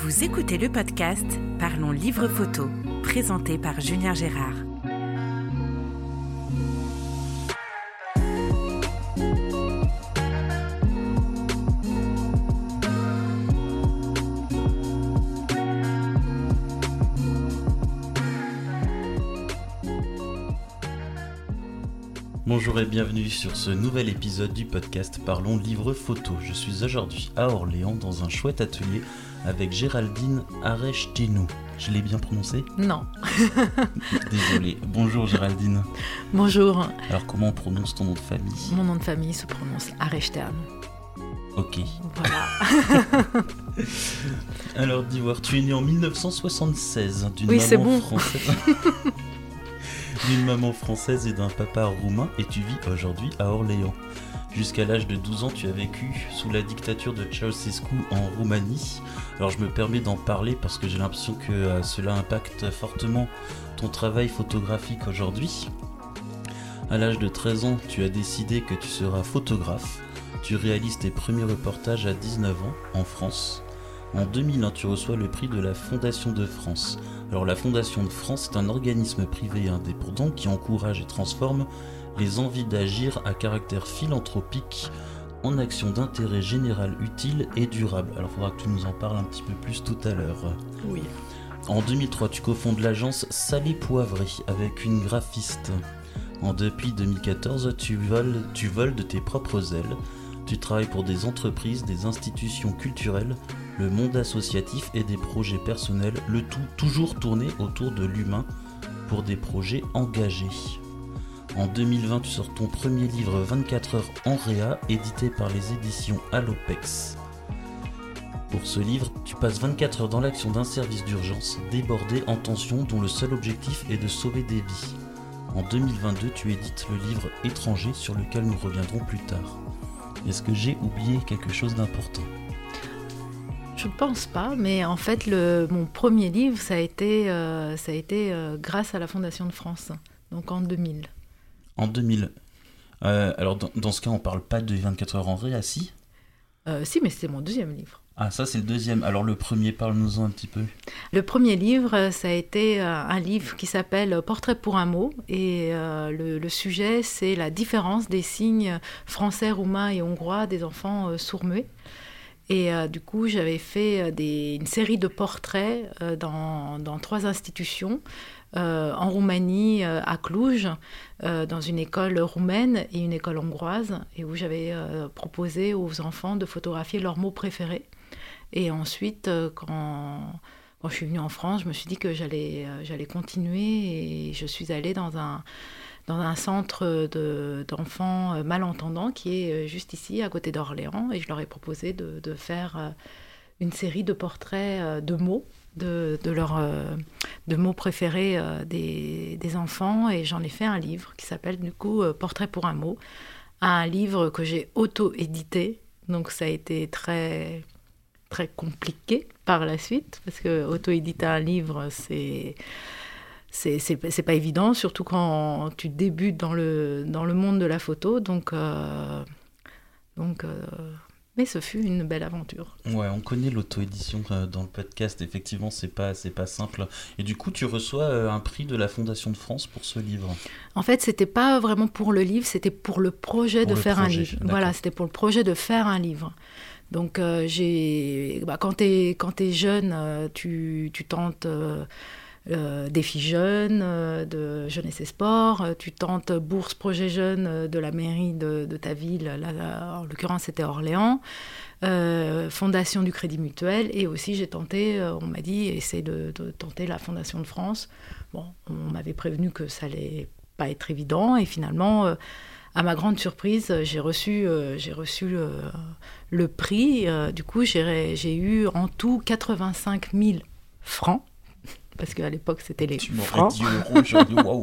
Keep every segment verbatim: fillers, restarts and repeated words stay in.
Vous écoutez le podcast Parlons Livre Photo, présenté par Julien Gérard. Bonjour et bienvenue sur ce nouvel épisode du podcast Parlons Livre Photo. Je suis aujourd'hui à Orléans dans un chouette atelier avec Géraldine Arèche-Thénou. Je l'ai bien prononcé ? Non. Désolé. Bonjour Géraldine. Bonjour. Alors comment on prononce ton nom de famille ? Mon nom de famille se prononce Arèche-Thénou. Ok. Voilà. Alors d'Ivoire, tu es née en dix-neuf cent soixante-seize d'une oui, maman c'est bon. française. D'une maman française et d'un papa roumain, et tu vis aujourd'hui à Orléans. Jusqu'à l'âge de douze ans, tu as vécu sous la dictature de Ceausescu en Roumanie. Alors je me permets d'en parler parce que j'ai l'impression que euh, cela impacte fortement ton travail photographique aujourd'hui. À l'âge de treize ans, tu as décidé que tu seras photographe. Tu réalises tes premiers reportages à dix-neuf ans en France. En deux mille un, tu reçois le prix de la Fondation de France. Alors la Fondation de France est un organisme privé indépendant qui encourage et transforme les envies d'agir à caractère philanthropique en actions d'intérêt général utiles et durables. Alors il faudra que tu nous en parles un petit peu plus tout à l'heure. Oui. En deux mille trois, tu cofondes l'agence Salé Poivré avec une graphiste. En depuis deux mille quatorze, tu voles, tu voles de tes propres ailes. Tu travailles pour des entreprises, des institutions culturelles, le monde associatif et des projets personnels, le tout toujours tourné autour de l'humain pour des projets engagés. En deux mille vingt, tu sors ton premier livre vingt-quatre heures en réa, édité par les éditions Allopex. Pour ce livre, tu passes vingt-quatre heures dans l'action d'un service d'urgence débordé en tension dont le seul objectif est de sauver des vies. En deux mille vingt-deux, tu édites le livre Étranger sur lequel nous reviendrons plus tard. Est-ce que j'ai oublié quelque chose d'important ? Je ne pense pas, mais en fait, le, mon premier livre, ça a été, euh, ça a été euh, grâce à la Fondation de France, donc en deux mille. En deux mille. Euh, alors, dans, dans ce cas, on ne parle pas de vingt-quatre heures en réa, si ? euh, Si, mais c'était mon deuxième livre. Ah, ça, c'est le deuxième. Alors, le premier, parle-nous-en un petit peu. Le premier livre, ça a été euh, un livre qui s'appelle « Portrait pour un mot ». Et euh, le, le sujet, c'est la différence des signes français, roumains et hongrois des enfants euh, sourds-muets. Et euh, du coup, j'avais fait des, une série de portraits euh, dans, dans trois institutions, euh, en Roumanie, euh, à Cluj, euh, dans une école roumaine et une école hongroise, et où j'avais euh, proposé aux enfants de photographier leurs mots préférés. Et ensuite, euh, quand, quand je suis venue en France, je me suis dit que j'allais, euh, j'allais continuer, et je suis allée dans un... dans un centre de, d'enfants malentendants qui est juste ici, à côté d'Orléans. Et je leur ai proposé de, de faire une série de portraits de mots, de, de leurs de mots préférés des, des enfants. Et j'en ai fait un livre qui s'appelle du coup « Portrait pour un mot ». Un livre que j'ai auto-édité. Donc ça a été très, très compliqué par la suite, parce que auto-éditer un livre, c'est... C'est, c'est, c'est pas évident, surtout quand tu débutes dans le, dans le monde de la photo. Donc, euh, donc, euh, mais ce fut une belle aventure. Ouais, on connaît l'auto-édition euh, dans le podcast. Effectivement, c'est pas, c'est pas simple. Et du coup, tu reçois euh, un prix de la Fondation de France pour ce livre. En fait, c'était pas vraiment pour le livre, c'était pour le projet pour de le faire projet, un livre. D'accord. Voilà, c'était pour le projet de faire un livre. Donc, euh, j'ai, bah, quand t'es, quand t'es jeune, euh, tu, tu tentes... Euh, Euh, défis jeunes, euh, de jeunesse et sport, euh, tu tentes bourse projet jeune euh, de la mairie de, de ta ville, là, là, en l'occurrence c'était Orléans, euh, fondation du Crédit Mutuel, et aussi j'ai tenté, euh, on m'a dit, essaie de, de tenter la Fondation de France. Bon, on m'avait prévenu que ça allait pas être évident, et finalement, euh, à ma grande surprise, j'ai reçu, euh, j'ai reçu euh, le prix. Euh, du coup, j'ai, j'ai eu en tout quatre-vingt-cinq mille francs. Parce qu'à l'époque, c'était les tu francs. Tu m'aurais dit euros, j'aurais dit waouh.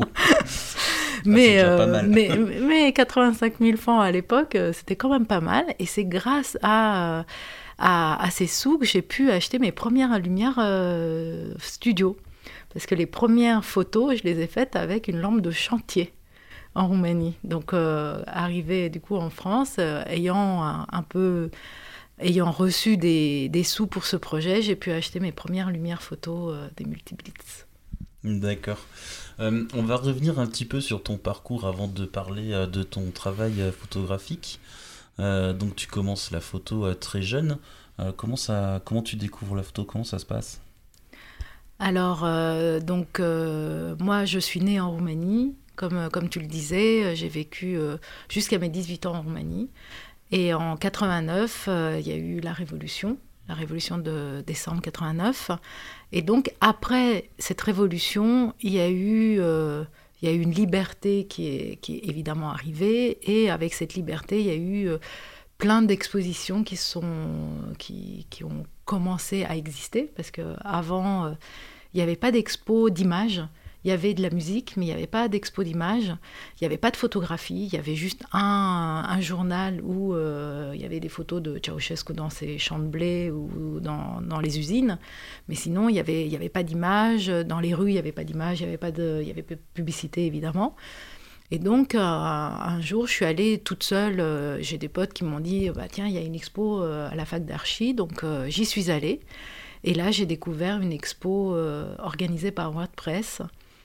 Mais, ah, euh, mais, mais quatre-vingt-cinq mille francs à l'époque, c'était quand même pas mal. Et c'est grâce à, à, à ces sous que j'ai pu acheter mes premières lumières euh, studio. Parce que les premières photos, je les ai faites avec une lampe de chantier en Roumanie. Donc, euh, arrivé du coup en France, euh, ayant un, un peu... ayant reçu des, des sous pour ce projet, j'ai pu acheter mes premières lumières photo euh, des Multiblitz. D'accord. Euh, on va revenir un petit peu sur ton parcours avant de parler euh, de ton travail euh, photographique. Euh, donc tu commences la photo euh, très jeune. Euh, comment ça, comment tu découvres la photo? Comment ça se passe? Alors, euh, donc, euh, moi, je suis née en Roumanie. Comme, comme tu le disais, j'ai vécu euh, jusqu'à mes dix-huit ans en Roumanie. Et en quatre-vingt-neuf, euh, il y a eu la révolution, la révolution de décembre quatre-vingt-neuf. Et donc, après cette révolution, il y a eu, euh, il y a eu une liberté qui est, qui est évidemment arrivée. Et avec cette liberté, il y a eu euh, plein d'expositions qui, sont, qui, qui ont commencé à exister. Parce qu'avant, euh, il n'y avait pas d'expo d'images. Il y avait de la musique, mais il n'y avait pas d'expo d'images, il n'y avait pas de photographie, il y avait juste un, un journal où euh, il y avait des photos de Ceausescu dans ses champs de blé ou dans, dans les usines, mais sinon il n'y avait, il y avait pas d'images, dans les rues il n'y avait pas d'images, il n'y avait pas de, il y avait pas de publicité évidemment. Et donc euh, un jour je suis allée toute seule, euh, j'ai des potes qui m'ont dit bah, tiens il y a une expo euh, à la fac d'archi, donc euh, j'y suis allée. Et là j'ai découvert une expo euh, organisée par WordPress.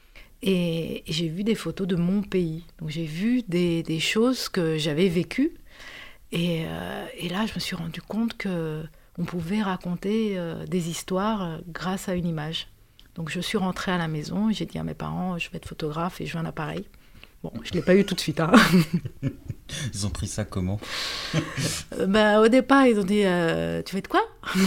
Et j'ai vu des photos de mon pays. Donc j'ai vu des, des choses que j'avais vécues. Et, euh, et là, je me suis rendu compte qu'on pouvait raconter euh, des histoires grâce à une image. Donc je suis rentrée à la maison et j'ai dit à mes parents, je vais être photographe et je veux un appareil. Bon, je ne l'ai pas eu tout de suite. Hein. Ils ont pris ça comment? euh, bah, Au départ, ils ont dit euh, tu veux être quoi?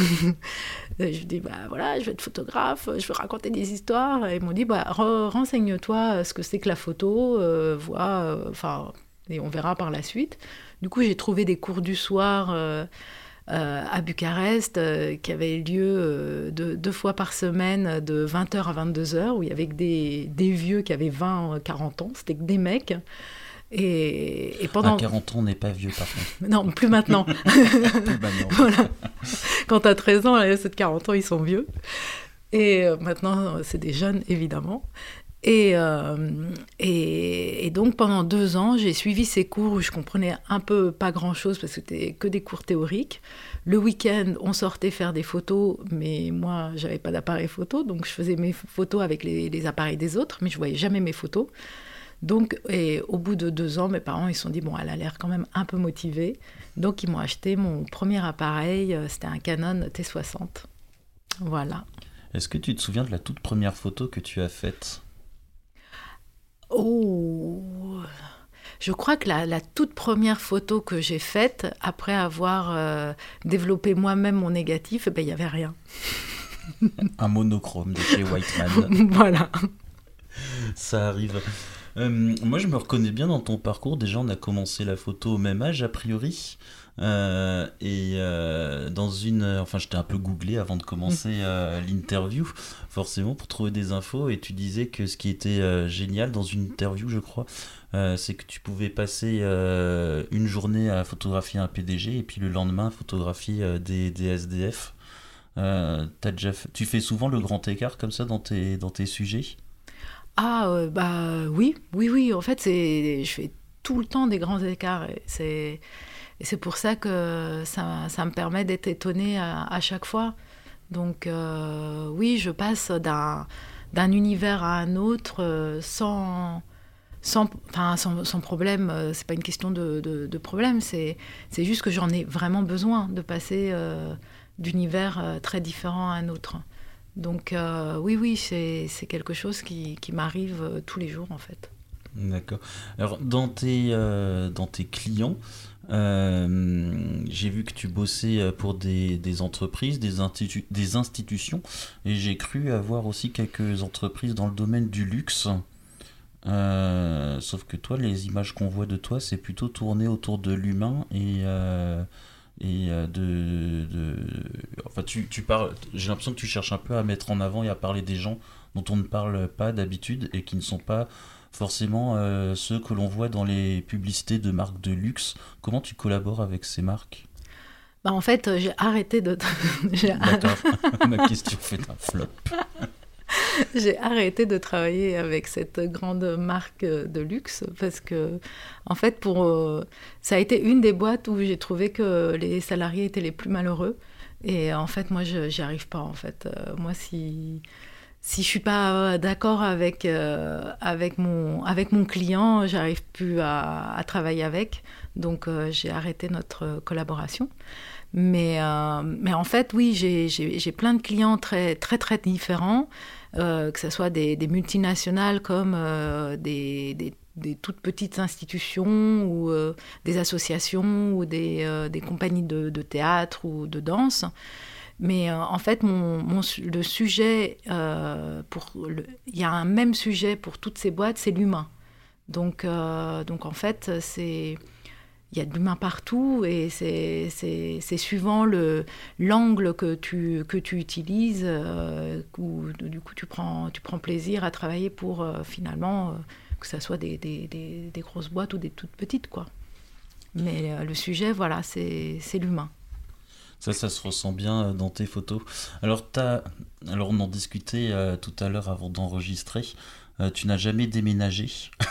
Je dis bah voilà, je vais être photographe, je veux raconter des histoires. Et ils m'ont dit bah re- renseigne-toi ce que c'est que la photo, euh, vois, enfin, euh, et on verra par la suite. Du coup, j'ai trouvé des cours du soir euh, euh, à Bucarest euh, qui avaient lieu euh, deux, deux fois par semaine de vingt heures à vingt-deux heures, où il y avait que des, des vieux qui avaient vingt, quarante ans, c'était que des mecs. Et, et pendant... À quarante ans, on n'est pas vieux par contre. Non, plus maintenant. Plus maintenant. Voilà. Quand tu as treize ans, ceux de quarante ans, ils sont vieux. Et euh, maintenant, c'est des jeunes, évidemment. Et, euh, et, et donc, pendant deux ans, j'ai suivi ces cours où je comprenais un peu pas grand-chose parce que c'était que des cours théoriques. Le week-end, on sortait faire des photos, mais moi, j'avais pas d'appareil photo, donc je faisais mes photos avec les, les appareils des autres, mais je voyais jamais mes photos. Donc, et au bout de deux ans, mes parents, ils se sont dit, bon, elle a l'air quand même un peu motivée. Donc, ils m'ont acheté mon premier appareil, c'était un Canon T soixante. Voilà. Est-ce que tu te souviens de la toute première photo que tu as faite? Oh, je crois que la, la toute première photo que j'ai faite, après avoir euh, développé moi-même mon négatif, ben, il n'y avait rien. Un monochrome de chez Whiteman. Voilà. Ça arrive. Euh, moi, je me reconnais bien dans ton parcours. Déjà, on a commencé la photo au même âge, a priori. Euh, et euh, dans une... Enfin, je t'ai un peu googlé avant de commencer euh, l'interview, forcément, pour trouver des infos. Et tu disais que ce qui était euh, génial dans une interview, je crois, euh, c'est que tu pouvais passer euh, une journée à photographier un P D G et puis le lendemain, photographier euh, des, des S D F. Euh, t'as déjà fait... Tu fais souvent le grand écart comme ça dans tes, dans tes sujets? Ah, euh, bah oui, oui, oui. En fait, c'est, je fais tout le temps des grands écarts. Et c'est, et c'est pour ça que ça, ça me permet d'être étonnée à, à chaque fois. Donc, euh, oui, je passe d'un, d'un univers à un autre euh, sans, sans, enfin, sans, sans problème. C'est pas une question de, de, de problème. C'est, c'est juste que j'en ai vraiment besoin de passer euh, d'univers euh, très différent à un autre. Donc euh, oui, oui, c'est, c'est quelque chose qui, qui m'arrive euh, tous les jours en fait. D'accord. Alors dans tes, euh, dans tes clients, euh, j'ai vu que tu bossais pour des, des entreprises, des, institu- des institutions, et j'ai cru avoir aussi quelques entreprises dans le domaine du luxe. Euh, sauf que toi, les images qu'on voit de toi, c'est plutôt tourné autour de l'humain et... Euh, et de, de enfin tu, tu parles, j'ai l'impression que tu cherches un peu à mettre en avant et à parler des gens dont on ne parle pas d'habitude et qui ne sont pas forcément euh, ceux que l'on voit dans les publicités de marques de luxe. Comment tu collabores avec ces marques? Bah en fait j'ai arrêté de j'ai D'accord. Ma question fait un flop. j'ai arrêté de travailler avec cette grande marque de luxe parce que, en fait, pour, euh, ça a été une des boîtes où j'ai trouvé que les salariés étaient les plus malheureux. Et en fait, moi, je n'y arrive pas, en fait. Euh, moi, si... Si je ne suis pas d'accord avec, euh, avec, mon, avec mon client, je n'arrive plus à, à travailler avec. Donc, euh, j'ai arrêté notre collaboration. Mais, euh, mais en fait, oui, j'ai, j'ai, j'ai plein de clients très, très, très différents, euh, que ce soit des, des multinationales comme euh, des, des, des toutes petites institutions ou euh, des associations ou des, euh, des compagnies de, de théâtre ou de danse. Mais euh, en fait, mon, mon, le sujet, euh, pour le, il y a un même sujet pour toutes ces boîtes, c'est l'humain. Donc, euh, donc en fait, c'est, il y a de l'humain partout et c'est, c'est, c'est suivant le, l'angle que tu, que tu utilises, euh, où du coup tu prends, tu prends plaisir à travailler pour euh, finalement, euh, que ce soit des, des, des, des grosses boîtes ou des toutes petites, quoi. Mais euh, le sujet, voilà, c'est, c'est l'humain. Ça, ça se ressent bien dans tes photos. Alors, t'as... Alors on en discutait euh, tout à l'heure avant d'enregistrer. Euh, tu n'as jamais déménagé.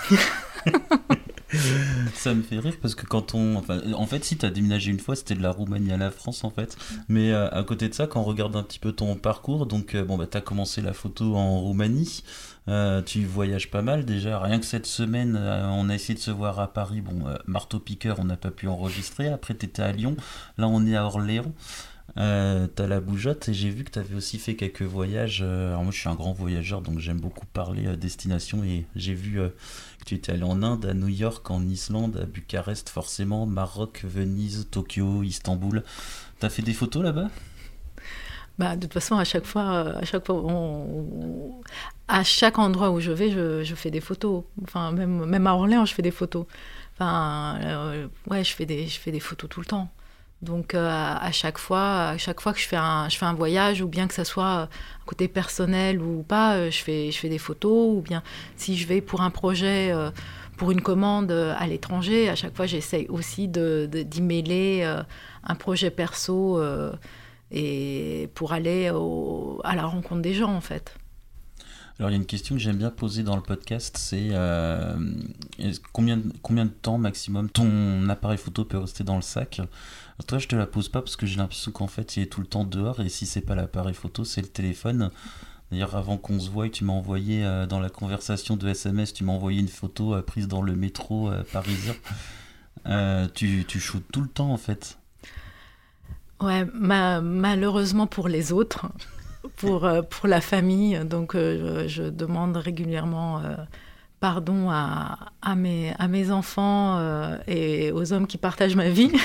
Ça me fait rire parce que quand on... Enfin, en fait, si tu as déménagé une fois, c'était de la Roumanie à la France, en fait. Mais euh, à côté de ça, quand on regarde un petit peu ton parcours, donc euh, bon, bah, tu as commencé la photo en Roumanie. Euh, tu voyages pas mal déjà. Rien que cette semaine, euh, on a essayé de se voir à Paris. Bon, euh, marteau-piqueur, on n'a pas pu enregistrer. Après, tu étais à Lyon. Là, on est à Orléans. Euh, t'as la bougeotte et j'ai vu que t'avais aussi fait quelques voyages. Euh, alors moi je suis un grand voyageur donc j'aime beaucoup parler euh, destination et j'ai vu euh, que tu étais allé en Inde, à New York, en Islande, à Bucarest forcément, Maroc, Venise, Tokyo, Istanbul. T'as fait des photos là-bas ? Bah, de toute façon, à chaque fois, à chaque fois, on, on, à chaque endroit où je vais, je, je fais des photos. Enfin, même, même à Orléans, je fais des photos. Enfin, euh, ouais, je fais des, je fais des photos tout le temps. Donc, euh, à chaque fois, à chaque fois que je fais un, je fais un voyage, ou bien que ça soit un côté personnel ou pas, je fais, je fais des photos. Ou bien si je vais pour un projet, euh, pour une commande à l'étranger, à chaque fois, j'essaye aussi de, de, d'y mêler euh, un projet perso. Euh, et pour aller au, à la rencontre des gens, en fait. Alors, il y a une question que j'aime bien poser dans le podcast, c'est euh, combien, combien de temps maximum ton appareil photo peut rester dans le sac ? Alors, toi, je te la pose pas parce que j'ai l'impression qu'en fait, il est tout le temps dehors, et si c'est pas l'appareil photo, c'est le téléphone. D'ailleurs, avant qu'on se voie, tu m'as envoyé, euh, dans la conversation de S M S, tu m'as envoyé une photo euh, prise dans le métro euh, parisien. Euh, tu, tu shootes tout le temps, en fait. Ouais, ma, malheureusement pour les autres, pour, euh, pour la famille, donc euh, je, je demande régulièrement euh, pardon à, à, mes, à mes enfants euh, et aux hommes qui partagent ma vie,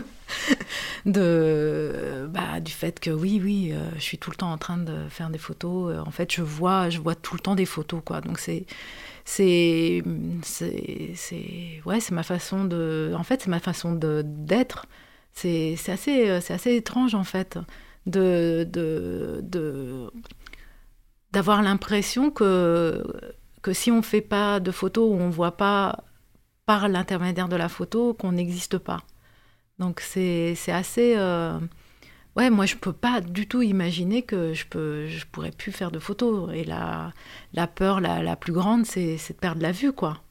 de, bah, du fait que oui, oui, euh, je suis tout le temps en train de faire des photos. En fait, je vois, je vois tout le temps des photos, quoi. Donc c'est... C'est, c'est, c'est, ouais, c'est ma façon de... En fait, c'est ma façon de, d'être. C'est, c'est, assez, c'est assez étrange, en fait, de, de, de, d'avoir l'impression que, que si on ne fait pas de photos ou on ne voit pas par l'intermédiaire de la photo, qu'on n'existe pas. Donc, c'est, c'est assez... Euh... Ouais, moi, je ne peux pas du tout imaginer que je ne je pourrais plus faire de photos. Et la, la peur la, la plus grande, c'est, c'est de perdre la vue, quoi.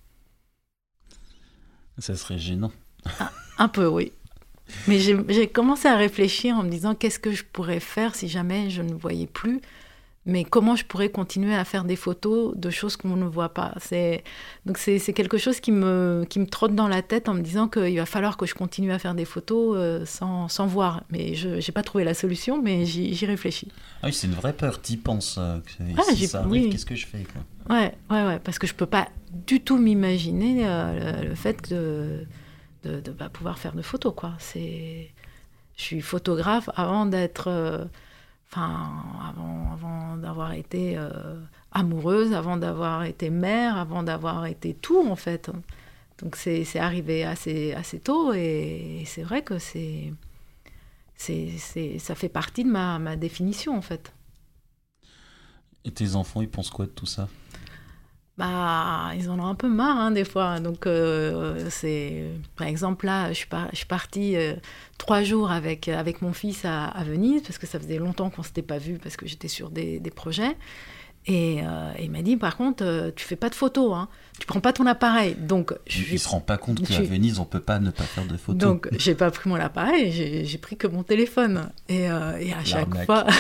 Ça serait gênant. Un, un peu, oui. Mais j'ai, j'ai commencé à réfléchir en me disant qu'est-ce que je pourrais faire si jamais je ne voyais plus, mais comment je pourrais continuer à faire des photos de choses qu'on ne voit pas. C'est, donc c'est, c'est quelque chose qui me, qui me trotte dans la tête en me disant qu'il va falloir que je continue à faire des photos euh, sans, sans voir. Mais je n'ai pas trouvé la solution, mais j'y, j'y réfléchis. Ah oui, c'est une vraie peur, t'y penses. Euh, ah, si ça arrive, oui. Qu'est-ce que je fais, quoi ? Ouais, ouais, ouais, parce que je ne peux pas du tout m'imaginer euh, le, le fait que... de ne pas pouvoir faire de photos, quoi. C'est... Je suis photographe avant d'être... Euh... Enfin, avant, avant d'avoir été euh, amoureuse, avant d'avoir été mère, avant d'avoir été tout, en fait. Donc, c'est, c'est arrivé assez, assez tôt et c'est vrai que c'est, c'est, c'est, ça fait partie de ma, ma définition, en fait. Et tes enfants, ils pensent quoi de tout ça ? Bah, ils en ont un peu marre, hein, des fois. Donc, euh, c'est... Par exemple, là, je suis, par... je suis partie euh, trois jours avec, avec mon fils à, à Venise, parce que ça faisait longtemps qu'on ne s'était pas vus, parce que j'étais sur des, des projets. Et euh, il m'a dit, par contre, euh, tu fais pas de photos, hein. Tu prends pas ton appareil. Donc, je, il ne se rend pas compte qu'à je... Venise, on peut pas ne pas faire de photos. Donc, j'ai pas pris mon appareil, j'ai, j'ai pris que mon téléphone. Et, euh, et à chaque L'arnaque. fois...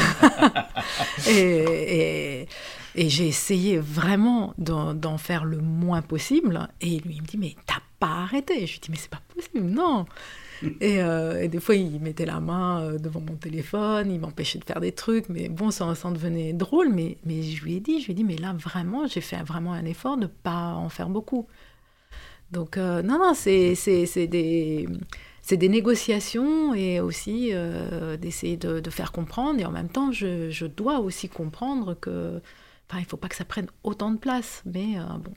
et, et, et j'ai essayé vraiment d'en, d'en faire le moins possible. Et lui, il me dit, mais t'as pas arrêté. Je lui dis, mais c'est pas possible, non. Et, euh, et des fois, il mettait la main euh, devant mon téléphone, il m'empêchait de faire des trucs, mais bon, ça, ça en devenait drôle. Mais, mais je lui ai dit, je lui ai dit, mais là, vraiment, j'ai fait vraiment un effort de ne pas en faire beaucoup. Donc, euh, non, non, c'est, c'est, c'est, des, c'est des négociations et aussi euh, d'essayer de, de faire comprendre. Et en même temps, je, je dois aussi comprendre que, enfin, il ne faut pas que ça prenne autant de place. Mais euh, bon.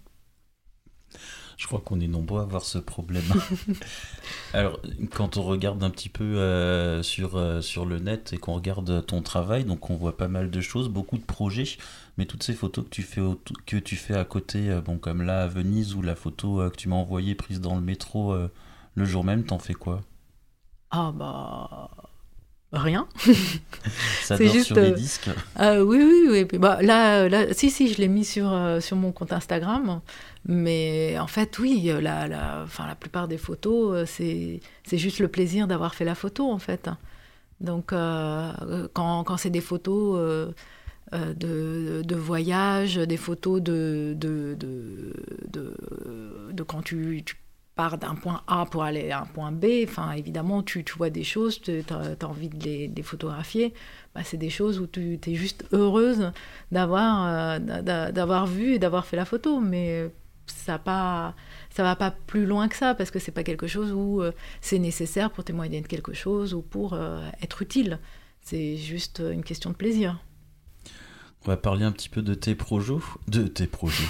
Je crois qu'on est nombreux à avoir ce problème. Alors, quand on regarde un petit peu euh, sur, euh, sur le net et qu'on regarde ton travail, donc on voit pas mal de choses, beaucoup de projets, mais toutes ces photos que tu fais, au, que tu fais à côté, euh, bon, comme là à Venise, ou la photo euh, que tu m'as envoyée prise dans le métro euh, le jour même, t'en fais quoi ? Ah bah... Rien. Ça c'est dort juste, sur les euh, disques. euh, Oui, oui, oui. Puis, bah, là, là, si, si, je l'ai mis sur, euh, sur mon compte Instagram. Mais en fait, oui, la, la, enfin, la plupart des photos, c'est, c'est juste le plaisir d'avoir fait la photo, en fait. Donc, euh, quand, quand c'est des photos euh, euh, de, de voyage, des photos de, de, de, de, de quand tu... tu pars d'un point A pour aller à un point B, enfin, évidemment, tu, tu vois des choses, tu as envie de les, de les photographier, bah, c'est des choses où tu es juste heureuse d'avoir, euh, d'avoir vu et d'avoir fait la photo, mais ça pas, ça va pas plus loin que ça, parce que c'est pas quelque chose où euh, c'est nécessaire pour témoigner de quelque chose ou pour euh, être utile, c'est juste une question de plaisir. On va parler un petit peu de tes projets, de tes projets.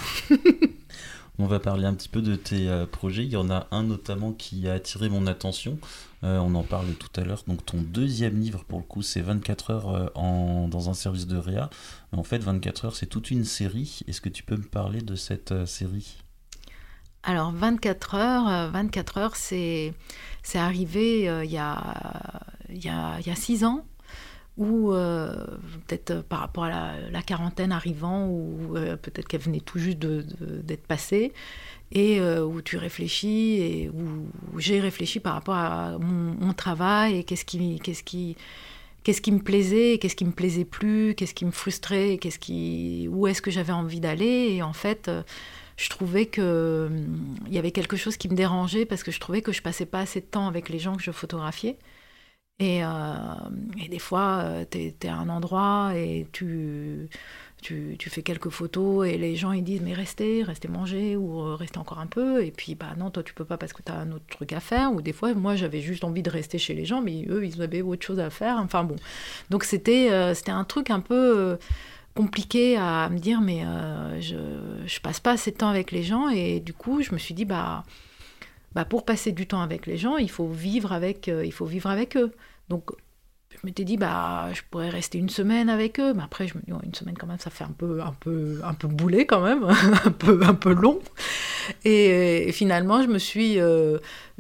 On va parler un petit peu de tes euh, projets. Il y en a un notamment qui a attiré mon attention. Euh, on en parle tout à l'heure. Donc ton deuxième livre, pour le coup, c'est vingt-quatre heures euh, en, dans un service de réa. Mais en fait, vingt-quatre heures, c'est toute une série. Est-ce que tu peux me parler de cette euh, série ? Alors, vingt-quatre heures, euh, vingt-quatre heures, c'est, c'est arrivé euh, il y a, il y a, il y a six ans. Ou euh, peut-être par rapport à la, la quarantaine arrivant, ou euh, peut-être qu'elle venait tout juste de, de, d'être passée, et euh, où tu réfléchis, et où, où j'ai réfléchi par rapport à mon, mon travail, et qu'est-ce qui, qu'est-ce, qui, qu'est-ce qui me plaisait, et qu'est-ce qui me plaisait plus, qu'est-ce qui me frustrait, qu'est-ce qui, où est-ce que j'avais envie d'aller, et en fait... Euh, je trouvais qu'il euh, y avait quelque chose qui me dérangeait, parce que je trouvais que je passais pas assez de temps avec les gens que je photographiais. Et, euh, et des fois, euh, tu es à un endroit et tu, tu, tu fais quelques photos et les gens ils disent mais restez, restez manger ou euh, restez encore un peu. Et puis bah non, toi tu peux pas parce que tu as un autre truc à faire. Ou des fois, moi j'avais juste envie de rester chez les gens, mais eux ils avaient autre chose à faire. Enfin bon. Donc c'était, euh, c'était un truc un peu euh, compliqué à me dire mais euh, je, je passe pas assez de temps avec les gens. Et du coup, je me suis dit bah. Bah pour passer du temps avec les gens, il faut vivre avec, euh, il faut vivre avec eux. Donc, je m'étais dit, bah, je pourrais rester une semaine avec eux. Mais après, je me dis, oh, une semaine quand même, ça fait un peu, un peu, un peu boulet quand même, un peu, un peu long. Et, et finalement, je me suis, euh,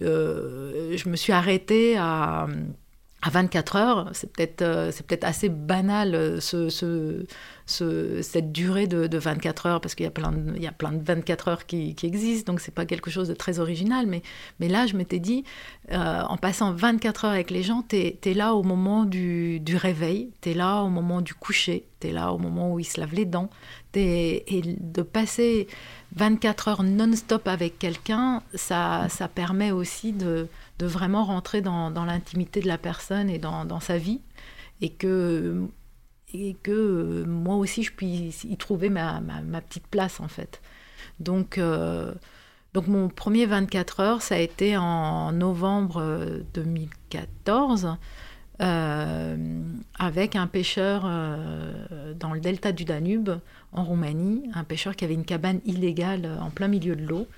euh, je me suis arrêtée à, à vingt-quatre heures. C'est peut-être, euh, c'est peut-être assez banal ce, ce, ce, cette durée de, de vingt-quatre heures, parce qu'il y a plein de, il y a plein de vingt-quatre heures qui, qui existent, donc c'est pas quelque chose de très original. Mais, mais là, je m'étais dit, euh, en passant vingt-quatre heures avec les gens, t'es, t'es là au moment du, du réveil, t'es là au moment du coucher, t'es là au moment où ils se lavent les dents. T'es, et de passer vingt-quatre heures non-stop avec quelqu'un, ça, ça permet aussi de, de vraiment rentrer dans, dans l'intimité de la personne et dans, dans sa vie, et que... et que euh, moi aussi je puisse y trouver ma, ma, ma petite place en fait. Donc, euh, donc mon premier vingt-quatre heures, ça a été en novembre deux mille quatorze, euh, avec un pêcheur euh, dans le delta du Danube, en Roumanie, un pêcheur qui avait une cabane illégale en plein milieu de l'eau.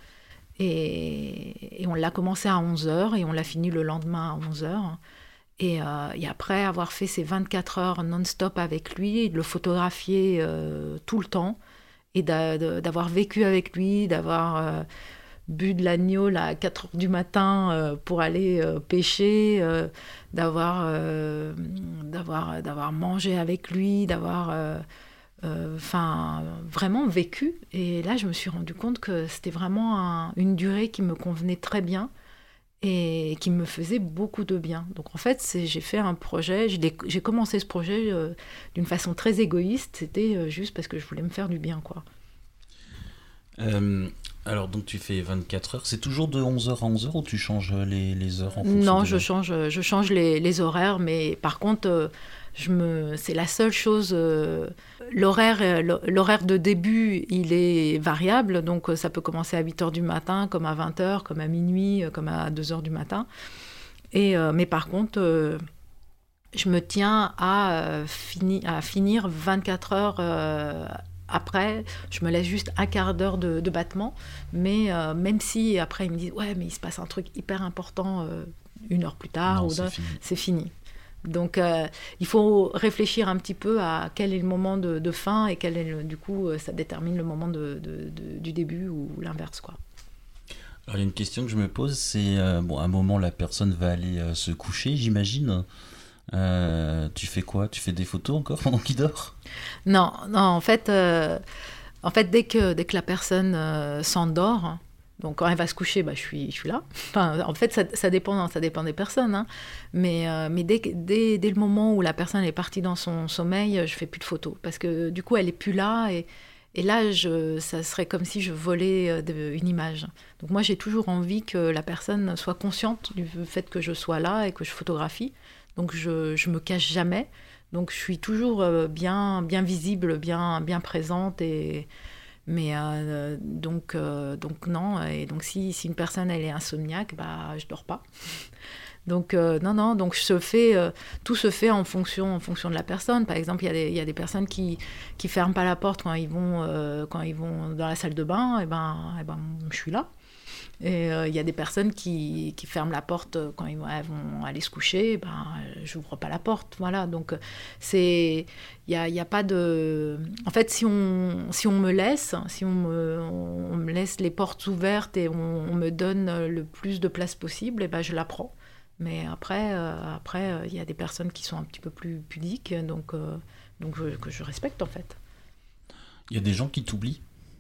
Et, et on l'a commencé à onze heures et on l'a fini le lendemain à onze heures. Et, euh, et après avoir fait ces vingt-quatre heures non-stop avec lui, de le photographier euh, tout le temps, et d'a, de, d'avoir vécu avec lui, d'avoir euh, bu de l'agneau là, à quatre heures du matin euh, pour aller euh, pêcher, euh, d'avoir, euh, d'avoir, d'avoir mangé avec lui, d'avoir euh, enfin, euh, vraiment vécu. Et là, je me suis rendu compte que c'était vraiment un, une durée qui me convenait très bien et qui me faisait beaucoup de bien. Donc en fait, c'est, j'ai fait un projet, j'ai, j'ai commencé ce projet euh, d'une façon très égoïste, c'était euh, juste parce que je voulais me faire du bien, quoi. Euh, alors donc tu fais vingt-quatre heures, c'est toujours de onze heures à onze heures ou tu changes les, les heures en fonction Non, de je la... change, je change les, les horaires, mais par contre, euh, je me, c'est la seule chose. Euh, l'horaire, euh, l'horaire de début, il est variable, donc euh, ça peut commencer à huit heures du matin, comme à vingt heures, comme à minuit, euh, comme à deux heures du matin. Et, euh, mais par contre, euh, je me tiens à, euh, fini, à finir vingt-quatre heures euh, après. Je me laisse juste un quart d'heure de, de battement, mais euh, même si après ils me disent « Ouais, mais il se passe un truc hyper important euh, une heure plus tard, Non, ou c'est deux, fini. c'est fini. » Donc, euh, il faut réfléchir un petit peu à quel est le moment de, de fin et quel est le, du coup, ça détermine le moment de, de, de, du début ou l'inverse, quoi. Alors, il y a une question que je me pose, c'est, euh, bon, à un moment, la personne va aller euh, se coucher, j'imagine. Euh, tu fais quoi? Tu fais des photos encore pendant qu'il dort? Non, non, en fait, euh, en fait dès, que, dès que la personne euh, s'endort, donc quand elle va se coucher, bah, je, suis, je suis là. Enfin, en fait, ça, ça, dépend, ça dépend des personnes. Hein. Mais, euh, mais dès, dès, dès le moment où la personne est partie dans son sommeil, je fais plus de photos. Parce que du coup, elle est plus là. Et, et là, je, ça serait comme si je volais de, une image. Donc moi, j'ai toujours envie que la personne soit consciente du fait que je sois là et que je photographie. Donc je ne me cache jamais. Donc je suis toujours bien, bien visible, bien, bien présente. Et... Mais euh, donc, euh, donc non, et donc si, si une personne elle est insomniaque, bah je dors pas. Donc euh, non, non, donc je fais, euh, tout se fait en fonction, en fonction de la personne. Par exemple, il y a des, il y a des personnes qui qui ferment pas la porte quand ils vont, euh, quand ils vont dans la salle de bain, et ben, et ben je suis là. Et il euh, y a des personnes qui, qui ferment la porte quand ils vont, elles vont aller se coucher, ben, je n'ouvre pas la porte. Voilà. Donc, il n'y a, y a pas de... En fait, si on, si on me laisse, si on me, on me laisse les portes ouvertes et on, on me donne le plus de place possible, et ben, je la prends. Mais après, euh, après, il y a des personnes qui sont un petit peu plus pudiques, donc, euh, donc je, que je respecte, en fait. Il y a des gens qui t'oublient?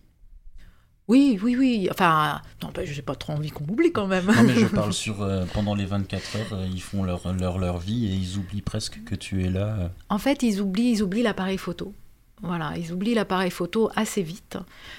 Oui, oui, oui. Enfin, non, bah, j'ai pas trop envie qu'on m'oublie quand même. Non, mais je parle sur euh, pendant les vingt-quatre heures, euh, ils font leur, leur, leur vie et ils oublient presque que tu es là. Euh. En fait, ils oublient, ils oublient l'appareil photo. Voilà, ils oublient l'appareil photo assez vite.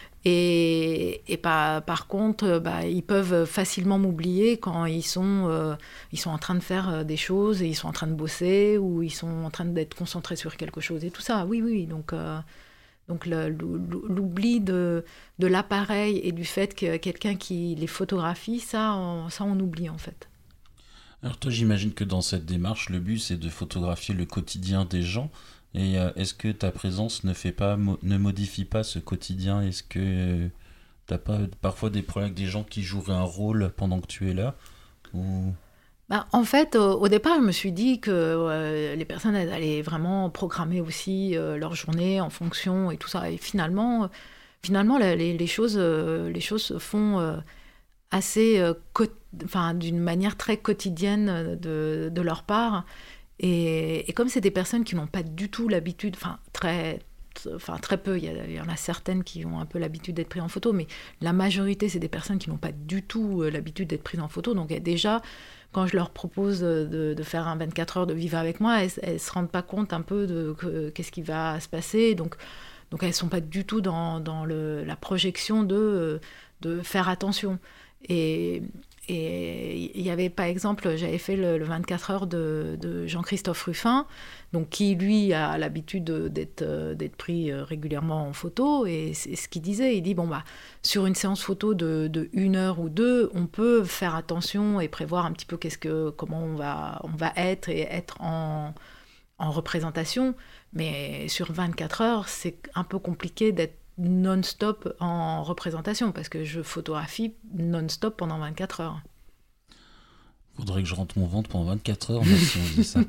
Et, et par, par contre, bah, ils peuvent facilement m'oublier quand ils sont, euh, ils sont en train de faire des choses et ils sont en train de bosser ou ils sont en train d'être concentrés sur quelque chose et tout ça. Oui, oui. Donc. Euh, Donc le, l'oubli de, de l'appareil et du fait que quelqu'un qui les photographie, ça on, ça on oublie en fait. Alors toi, j'imagine que dans cette démarche, le but c'est de photographier le quotidien des gens. Et euh, est-ce que ta présence ne fait pas, mo- ne modifie pas ce quotidien? Est-ce que euh, t'as pas parfois des problèmes avec des gens qui joueraient un rôle pendant que tu es là ou... Bah, en fait, au, au départ, je me suis dit que euh, les personnes elles allaient vraiment programmer aussi euh, leur journée en fonction et tout ça. Et finalement, finalement la, les, les, choses, euh, les choses se font euh, assez, euh, co- enfin, d'une manière très quotidienne de, de leur part. Et, et comme c'est des personnes qui n'ont pas du tout l'habitude, enfin, très... Enfin, très peu, il y, a, il y en a certaines qui ont un peu l'habitude d'être prises en photo, mais la majorité, c'est des personnes qui n'ont pas du tout l'habitude d'être prises en photo. Donc déjà, quand je leur propose de, de faire un vingt-quatre heures de vivre avec moi, elles ne se rendent pas compte un peu de que, qu'est-ce qui va se passer. Donc, donc elles ne sont pas du tout dans, dans le, la projection de, de faire attention. Et... Et il y avait, par exemple, j'avais fait le, le vingt-quatre heures de, de Jean-Christophe Ruffin, donc qui, lui, a l'habitude d'être, d'être pris régulièrement en photo. Et c'est ce qu'il disait. Il dit, bon, bah, sur une séance photo de, de une heure ou deux, on peut faire attention et prévoir un petit peu qu'est-ce que, comment on va, on va être et être en, en représentation. Mais sur vingt-quatre heures, c'est un peu compliqué d'être non-stop en représentation parce que je photographie non-stop pendant vingt-quatre heures. Faudrait que je rentre mon ventre pendant vingt-quatre heures, mais si on dit ça.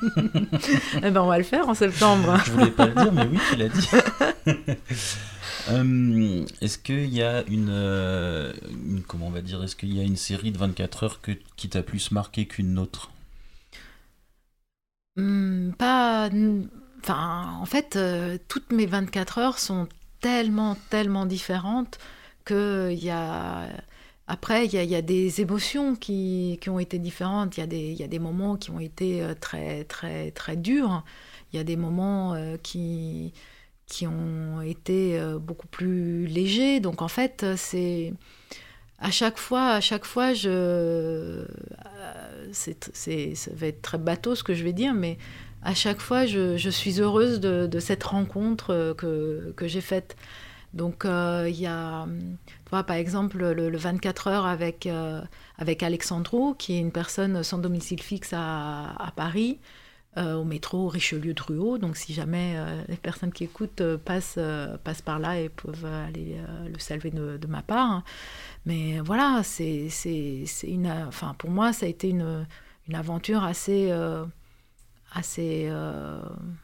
Eh ben on va le faire en septembre. Je voulais pas le dire, mais oui, tu l'as dit. euh, est-ce qu'il y a une, euh, une, comment on va dire, est-ce qu'il y a une série de vingt-quatre heures que, qui t'a plus marqué qu'une autre? Hum, pas... Enfin, en fait, euh, toutes mes vingt-quatre heures sont tellement, tellement différentes que il y a... Après, il y, a, il y a des émotions qui, qui ont été différentes. Il y a des, il y a des moments qui ont été très, très, très durs. Il y a des moments euh, qui, qui ont été euh, beaucoup plus légers. Donc, en fait, c'est... À chaque fois, à chaque fois, je... Euh, c'est, c'est, ça va être très bateau ce que je vais dire, mais à chaque fois, je, je suis heureuse de, de cette rencontre que, que j'ai faite. Donc, il euh, y a, tu vois, par exemple, le, le vingt-quatre heures avec, euh, avec Alexandro, qui est une personne sans domicile fixe à, à Paris, euh, au métro Richelieu-Drouot. Donc, si jamais euh, les personnes qui écoutent euh, passent, euh, passent par là et peuvent aller euh, le saluer de, de ma part. Mais voilà, c'est, c'est, c'est une, enfin, pour moi, ça a été une, une aventure assez... Euh, assez... Euh,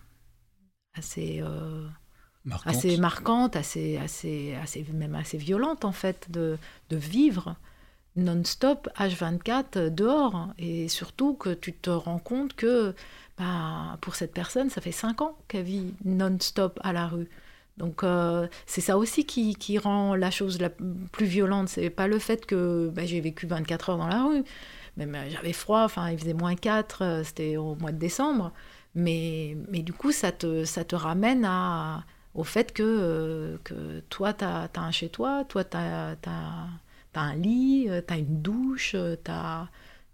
assez euh, Marquante. assez marquante, assez, assez, assez, même assez violente en fait, de, de vivre non-stop H vingt-quatre dehors. Et surtout que tu te rends compte que bah, pour cette personne, ça fait cinq ans qu'elle vit non-stop à la rue. Donc euh, c'est ça aussi qui, qui rend la chose la plus violente. C'est pas le fait que bah, j'ai vécu vingt-quatre heures dans la rue. Même j'avais froid, enfin il faisait moins quatre, c'était au mois de décembre. Mais, mais du coup, ça te, ça te ramène à... au fait que, euh, que toi, tu as un chez-toi, toi, tu as un lit, tu as une douche, tu as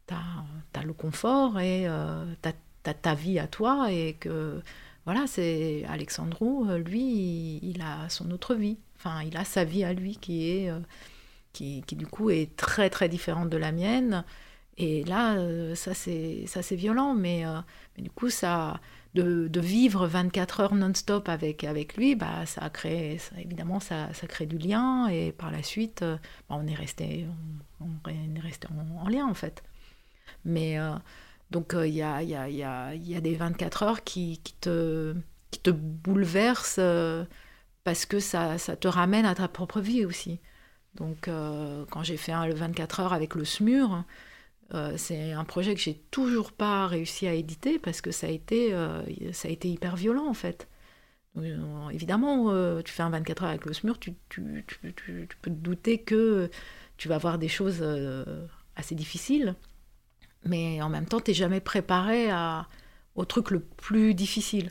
le confort et euh, tu as ta vie à toi. Et que, voilà, c'est Alexandro, lui, il, il a son autre vie. Enfin, il a sa vie à lui qui, est, euh, qui, qui, du coup, est très, très différente de la mienne. Et là, euh, ça, c'est violent, mais, euh, mais du coup, ça... De, de vivre vingt-quatre heures non-stop avec, avec lui, bah, ça a créé, ça, évidemment, ça, ça crée du lien. Et par la suite, euh, bah, on est resté, on, on est resté en, en lien, en fait. Mais euh, donc, il euh, y, a, y, a, y, a, y a des vingt-quatre heures qui, qui, te, qui te bouleversent euh, parce que ça, ça te ramène à ta propre vie aussi. Donc, euh, quand j'ai fait un, le vingt-quatre heures avec le S M U R, Euh, c'est un projet que j'ai toujours pas réussi à éditer parce que ça a été, euh, ça a été hyper violent en fait. Donc, euh, évidemment, euh, tu fais un vingt-quatre heures avec le S M U R, tu, tu, tu, tu, tu peux te douter que tu vas voir des choses euh, assez difficiles, mais en même temps, tu n'es jamais préparé à, au truc le plus difficile.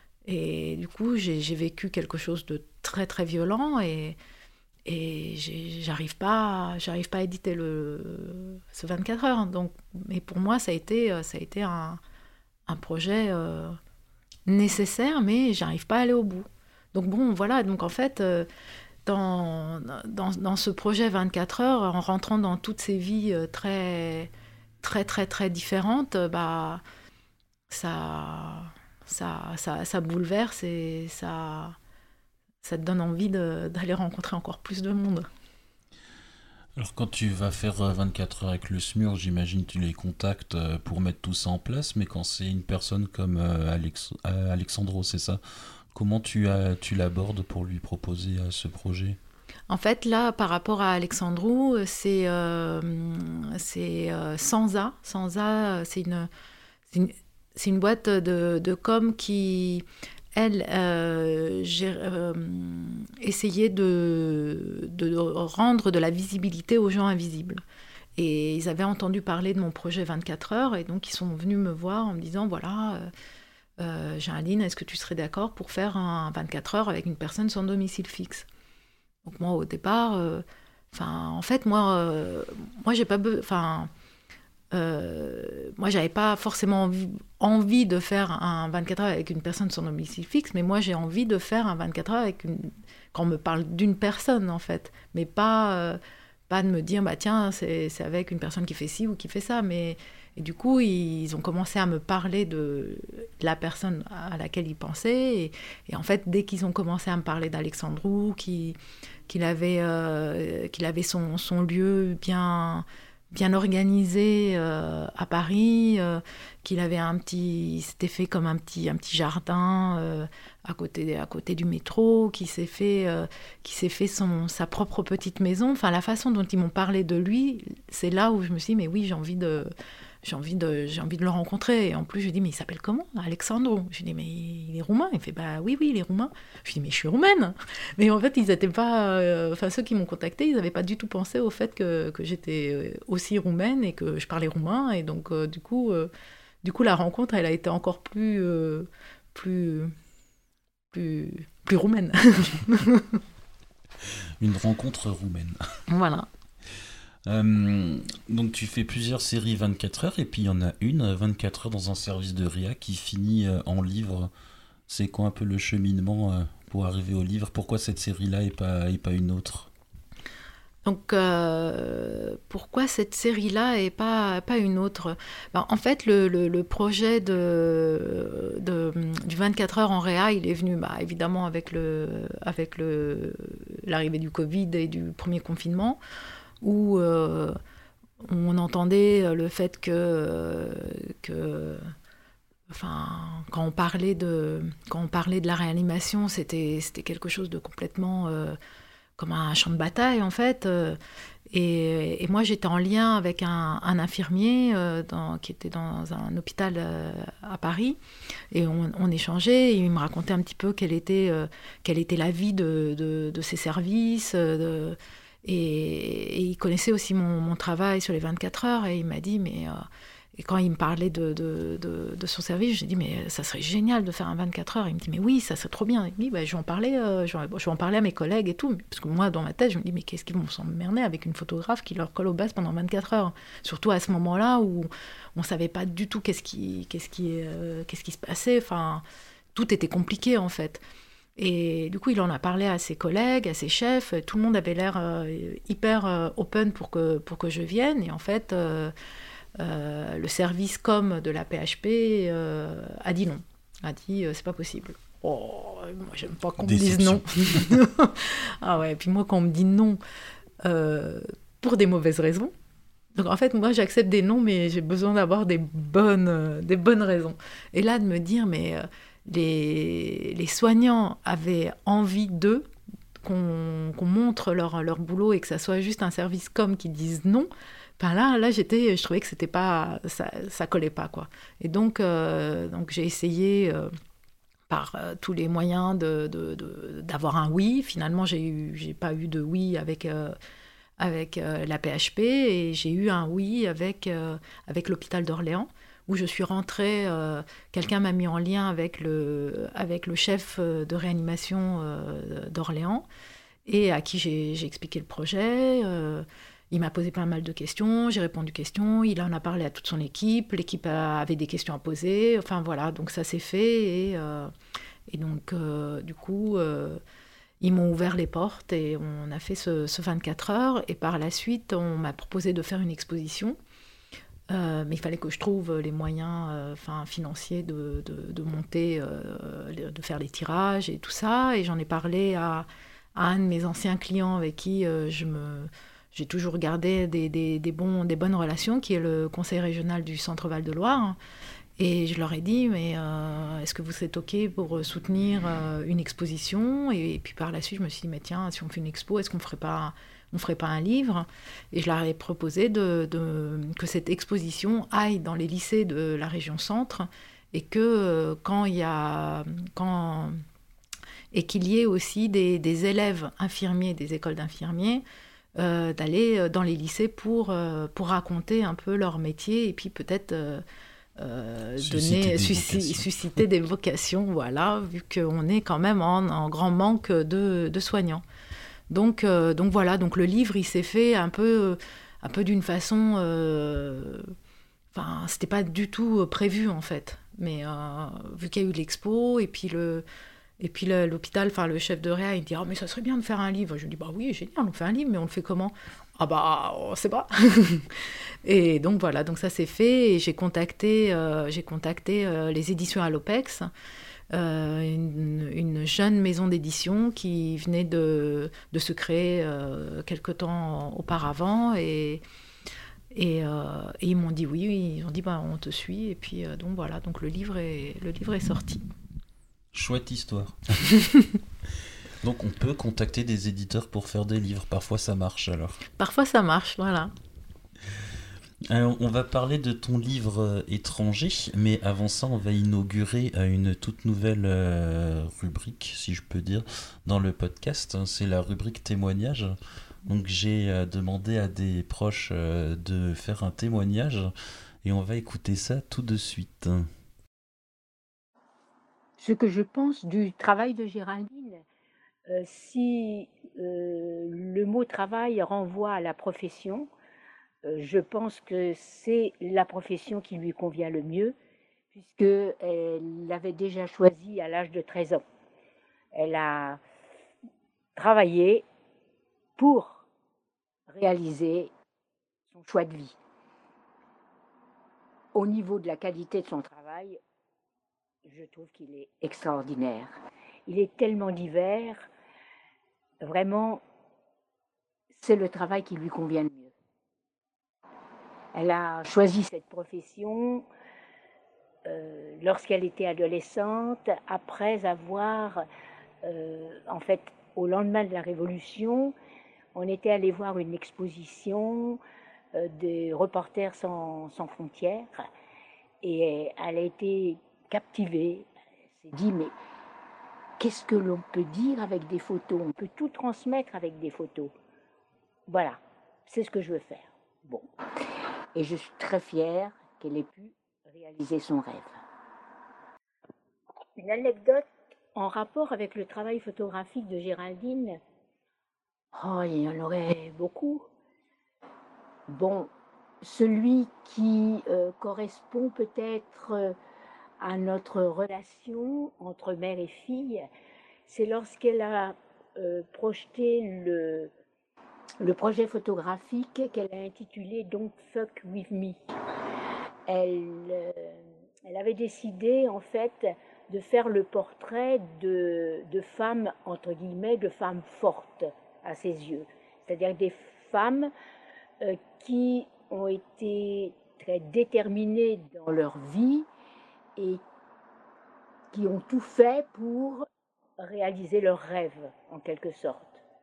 Et du coup, j'ai vécu quelque chose de très très violent et Et j'arrive pas, j'arrive pas à éditer le, ce vingt-quatre heures. Donc, mais pour moi, ça a été, ça a été un, un projet euh, nécessaire, mais j'arrive pas à aller au bout. Donc bon, voilà. Donc en fait, euh, dans, dans, dans ce projet vingt-quatre heures, en rentrant dans toutes ces vies euh, très, très, très, très différentes, bah, ça, ça, ça, ça bouleverse et ça... ça te donne envie d'aller rencontrer encore plus de monde. Alors quand tu vas faire vingt-quatre heures avec le S M U R, j'imagine tu les contactes pour mettre tout ça en place, mais quand c'est une personne comme Alex, Alexandro, c'est ça, comment tu, tu l'abordes pour lui proposer ce projet ? En fait, là, par rapport à Alexandro, c'est euh, euh, Sansa. Sansa, c'est une, une, une boîte de, de com qui... Elle, euh, j'ai euh, essayé de, de rendre de la visibilité aux gens invisibles. Et ils avaient entendu parler de mon projet vingt-quatre heures, et donc ils sont venus me voir en me disant, voilà, euh, euh, Géraldine, est-ce que tu serais d'accord pour faire un vingt-quatre heures avec une personne sans domicile fixe ? Donc moi, au départ, euh, en fait, moi, euh, moi j'ai pas... Enfin... Euh, moi, j'avais pas forcément envie, envie de faire un vingt-quatre heures avec une personne sans domicile fixe, mais moi, j'ai envie de faire un vingt-quatre heures avec une... quand on me parle d'une personne, en fait, mais pas, euh, pas de me dire, bah tiens, c'est avec une personne qui fait ci ou qui fait ça, mais... Et du coup, ils ont commencé à me parler de la personne à laquelle ils pensaient, et, et en fait, dès qu'ils ont commencé à me parler d'Alexandro, qu'il qu'il avait, euh, qu'il avait son, son lieu bien... bien organisé euh, à Paris, euh, qu'il avait un petit, s'était fait comme un petit, un petit jardin euh, à côté, à côté du métro, qui s'est fait, euh, qui s'est fait son, sa propre petite maison. Enfin, la façon dont ils m'ont parlé de lui, c'est là où je me suis dit, mais oui, j'ai envie de, j'ai envie de, j'ai envie de le rencontrer. Et en plus, je lui dis, mais il s'appelle comment? Alexandro. Je lui dis, mais il est roumain. Il fait, bah oui, oui, il est roumain. Je lui dis, mais je suis roumaine. Mais en fait, ils n'étaient pas, enfin, euh, ceux qui m'ont contacté, ils n'avaient pas du tout pensé au fait que, que j'étais aussi roumaine et que je parlais roumain. Et donc, euh, du coup, euh, du coup, la rencontre, elle a été encore plus, euh, plus, plus, plus roumaine. Une rencontre roumaine. Voilà. Euh, donc tu fais plusieurs séries vingt-quatre heures et puis il y en a une vingt-quatre heures dans un service de R I A qui finit euh, en livre. C'est quoi un peu le cheminement euh, pour arriver au livre? Pourquoi cette série-là et pas, et pas une autre? Donc euh, pourquoi cette série-là et pas, pas une autre? Ben, en fait, le, le, le projet de, de, du vingt-quatre heures en R I A, il est venu bah, évidemment avec, le, avec le, l'arrivée du Covid et du premier confinement, où euh, on entendait le fait que, que enfin, quand on parlait de, quand on parlait de la réanimation, c'était, c'était quelque chose de complètement euh, comme un champ de bataille en fait. Et, et moi j'étais en lien avec un, un infirmier euh, dans, qui était dans un hôpital euh, à Paris, et on, on échangeait, et il me racontait un petit peu quelle était, euh, quelle était la vie de, de, de ces services, de, Et, et il connaissait aussi mon, mon travail sur les vingt-quatre heures, et il m'a dit, mais... Euh, et quand il me parlait de, de, de, de son service, j'ai dit, mais ça serait génial de faire un vingt-quatre heures. Il me dit, mais oui, ça serait trop bien. Il me dit, bah, je vais en parler, euh, je, vais, je vais en parler à mes collègues et tout. Parce que moi, dans ma tête, je me dis, mais qu'est-ce qu'ils vont s'emmerder avec une photographe qui leur colle au bas pendant vingt-quatre heures? Surtout à ce moment-là où on ne savait pas du tout qu'est-ce qui, qu'est-ce qui, euh, qu'est-ce qui se passait. Enfin, tout était compliqué, en fait. Et du coup, il en a parlé à ses collègues, à ses chefs. Tout le monde avait l'air euh, hyper euh, open pour que, pour que je vienne. Et en fait, euh, euh, le service com de la P H P euh, a dit non. A dit, euh, c'est pas possible. Oh, moi, j'aime pas qu'on Déception. me dise non. Ah ouais, et puis moi, quand on me dit non euh, pour des mauvaises raisons, donc en fait, moi, j'accepte des noms, mais j'ai besoin d'avoir des bonnes, euh, des bonnes raisons. Et là, de me dire, mais... Euh, Les, les soignants avaient envie d'eux, qu'on, qu'on montre leur, leur boulot et que ça soit juste un service com qui dise non. Ben là, là j'étais, je trouvais que c'était pas, ça, ça collait pas, quoi. Et donc, euh, donc j'ai essayé euh, par euh, tous les moyens de, de, de, d'avoir un oui. Finalement, j'ai eu, j'ai pas eu de oui avec euh, avec euh, la P H P, et j'ai eu un oui avec euh, avec l'hôpital d'Orléans, où je suis rentrée, euh, quelqu'un m'a mis en lien avec le, avec le chef de réanimation euh, d'Orléans, et à qui j'ai, j'ai expliqué le projet. Euh, il m'a posé pas mal de questions, j'ai répondu aux questions, il en a parlé à toute son équipe, l'équipe a, avait des questions à poser, enfin voilà, donc ça s'est fait, et, euh, et donc euh, du coup, euh, ils m'ont ouvert les portes, et on a fait ce, ce vingt-quatre heures, et par la suite, on m'a proposé de faire une exposition. Euh, mais il fallait que je trouve les moyens euh, financiers de, de, de monter, euh, de faire les tirages et tout ça. Et j'en ai parlé à, à un de mes anciens clients avec qui euh, je me, j'ai toujours gardé des, des, des, bons, des bonnes relations, qui est le conseil régional du Centre Val-de-Loire. Et je leur ai dit, mais euh, est-ce que vous êtes OK pour soutenir euh, une exposition? et, et puis par la suite, je me suis dit, mais tiens, si on fait une expo, est-ce qu'on ne ferait pas... on ne ferait pas un livre? Et je leur ai proposé de, de, que cette exposition aille dans les lycées de la région centre, et que euh, quand il y a, quand, et qu'il y ait aussi des, des élèves infirmiers des écoles d'infirmiers, euh, d'aller dans les lycées pour, euh, pour raconter un peu leur métier, et puis peut-être euh, euh, susciter, donner, des susci- susciter des vocations, voilà, vu qu'on est quand même en, en grand manque de, de soignants. Donc, euh, donc voilà, donc le livre, il s'est fait un peu, un peu d'une façon... Euh, enfin, c'était pas du tout prévu, en fait. Mais euh, vu qu'il y a eu l'expo, et puis, le, et puis le, l'hôpital, enfin le chef de réa, il dit « Ah, mais ça serait bien de faire un livre. » Je lui dis « Bah oui, génial, on fait un livre, mais on le fait comment ?»« Ah bah, on sait pas. » Et donc voilà, donc ça s'est fait, et j'ai contacté, euh, j'ai contacté euh, les éditions Alopex, Euh, une, une jeune maison d'édition qui venait de, de se créer euh, quelque temps auparavant, et, et, euh, et ils m'ont dit oui, ils ont dit bah, on te suit, et puis euh, donc voilà, donc le livre est, le livre est sorti. Chouette histoire. Donc on peut contacter des éditeurs pour faire des livres, parfois ça marche alors. Parfois ça marche, voilà. Alors, on va parler de ton livre euh, étranger, mais avant ça, on va inaugurer euh, une toute nouvelle euh, rubrique, si je peux dire, dans le podcast. C'est la rubrique témoignage. Donc, j'ai euh, demandé à des proches euh, de faire un témoignage et on va écouter ça tout de suite. Ce que je pense du travail de Géraldine, euh, si euh, le mot travail renvoie à la profession, euh, je pense que c'est la profession qui lui convient le mieux, puisqu'elle l'avait déjà choisie à l'âge de treize ans. Elle a travaillé pour réaliser son choix de vie. Au niveau de la qualité de son travail, je trouve qu'il est extraordinaire. Il est tellement divers, vraiment, c'est le travail qui lui convient le mieux. Elle a choisi cette profession euh, lorsqu'elle était adolescente, après avoir, euh, en fait, au lendemain de la Révolution, on était allé voir une exposition euh, des Reporters sans, sans frontières et elle a été captivée. Elle s'est dit, mais qu'est-ce que l'on peut dire avec des photos? On peut tout transmettre avec des photos. Voilà, c'est ce que je veux faire. Bon. Et je suis très fière qu'elle ait pu réaliser son rêve. Une anecdote en rapport avec le travail photographique de Géraldine. Oh, il y en aurait beaucoup. Bon, celui qui euh, correspond peut-être euh, à notre relation entre mère et fille, c'est lorsqu'elle a euh, projeté le, le projet photographique qu'elle a intitulé Don't Fuck With Me. Elle, euh, elle avait décidé en fait de faire le portrait de, de femmes, entre guillemets, de femmes fortes à ses yeux. C'est-à-dire des femmes euh, qui ont été très déterminées dans leur vie et qui ont tout fait pour réaliser leurs rêves, en quelque sorte.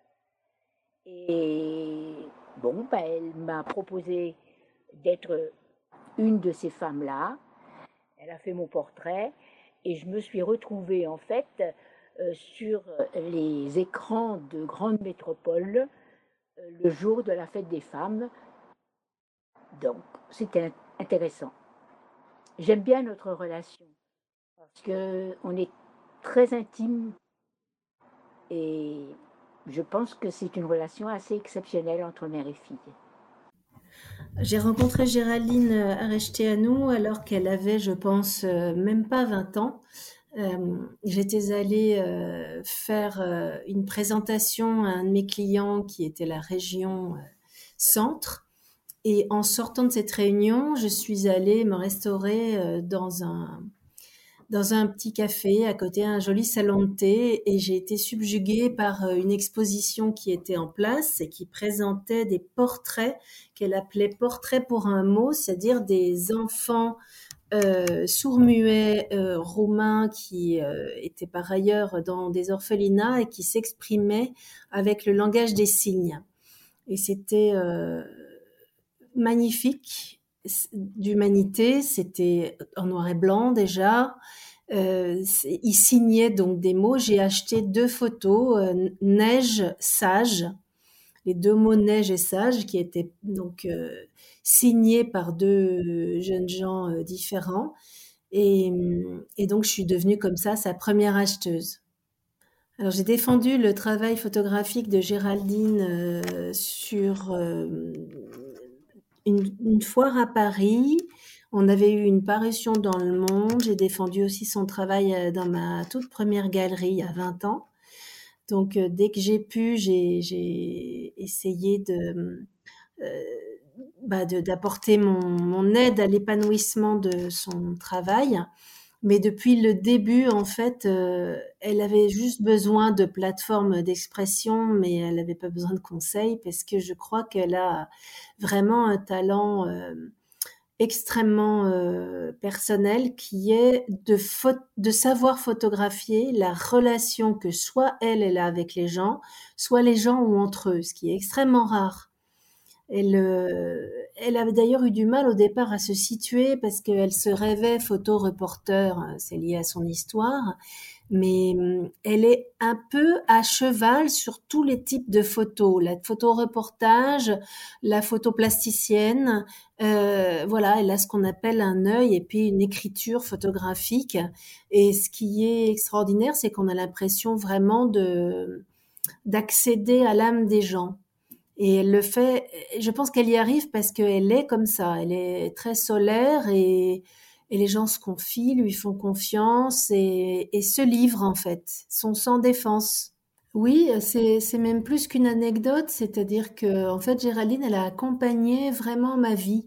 Et bon, bah, elle m'a proposé d'être une de ces femmes-là. Elle a fait mon portrait et je me suis retrouvée en fait euh, sur les écrans de grandes métropoles euh, le jour de la fête des femmes. Donc, c'était intéressant. J'aime bien notre relation parce qu'on est très intime et je pense que c'est une relation assez exceptionnelle entre mère et fille. J'ai rencontré Géraldine Arechtianou alors qu'elle avait, je pense, même pas vingt ans. Euh, j'étais allée euh, faire euh, une présentation à un de mes clients qui était la région euh, Centre. Et en sortant de cette réunion, je suis allée me restaurer euh, dans un dans un petit café à côté d'un joli salon de thé et j'ai été subjuguée par une exposition qui était en place et qui présentait des portraits qu'elle appelait portraits pour un mot, c'est-à-dire des enfants euh, sourds-muets euh, roumains qui euh, étaient par ailleurs dans des orphelinats et qui s'exprimaient avec le langage des signes. Et c'était euh, magnifique d'humanité, c'était en noir et blanc déjà. Euh, il signait donc des mots. J'ai acheté deux photos, euh, neige, sage, les deux mots neige et sage qui étaient donc euh, signés par deux jeunes gens euh, différents. Et, et donc je suis devenue comme ça sa première acheteuse. Alors j'ai défendu le travail photographique de Géraldine euh, sur euh, une, une foire à Paris. On avait eu une parution dans Le Monde. J'ai défendu aussi son travail dans ma toute première galerie il y a vingt ans. Donc, euh, dès que j'ai pu, j'ai, j'ai essayé de, euh, bah de, d'apporter mon, mon aide à l'épanouissement de son travail. Mais depuis le début, en fait, euh, elle avait juste besoin de plateformes d'expression, mais elle n'avait pas besoin de conseils parce que je crois qu'elle a vraiment un talent euh, extrêmement euh, personnel qui est de, pho- de savoir photographier la relation que soit elle, elle a avec les gens, soit les gens ont entre eux, ce qui est extrêmement rare. Elle, euh, elle avait d'ailleurs eu du mal au départ à se situer parce qu'elle se rêvait photo-reporter, c'est lié à son histoire, mais elle est un peu à cheval sur tous les types de photos, la photo-reportage, la photo plasticienne, euh, voilà, elle a ce qu'on appelle un œil et puis une écriture photographique. Et ce qui est extraordinaire, c'est qu'on a l'impression vraiment de d'accéder à l'âme des gens. Et elle le fait, je pense qu'elle y arrive parce qu'elle est comme ça, elle est très solaire et, et les gens se confient, lui font confiance et, et se livrent en fait, sont sans défense. Oui, c'est, c'est même plus qu'une anecdote, c'est-à-dire que en fait Géraldine, elle a accompagné vraiment ma vie.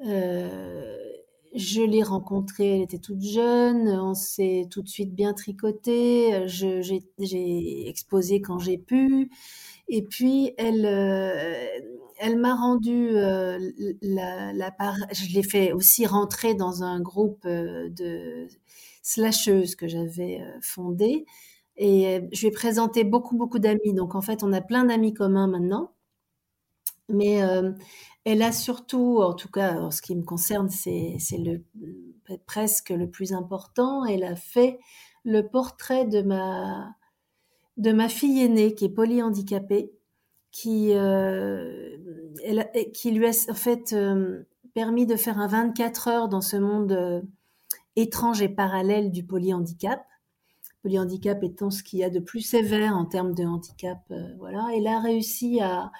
Euh, je l'ai rencontrée, elle était toute jeune, on s'est tout de suite bien tricoté, je, j'ai, j'ai exposé quand j'ai pu. Et puis, elle, euh, elle m'a rendu euh, la, la part. Je l'ai fait aussi rentrer dans un groupe euh, de slasheuses que j'avais euh, fondé. Et euh, je lui ai présenté beaucoup, beaucoup d'amis. Donc, en fait, on a plein d'amis communs maintenant. Mais euh, elle a surtout, en tout cas, en ce qui me concerne, c'est, c'est le, presque le plus important. Elle a fait le portrait de ma de ma fille aînée qui est polyhandicapée, qui, euh, elle, qui lui a en fait euh, permis de faire un vingt-quatre heures dans ce monde euh, étrange et parallèle du polyhandicap. Polyhandicap étant ce qu'il y a de plus sévère en termes de handicap. Euh, voilà. Elle a réussi à,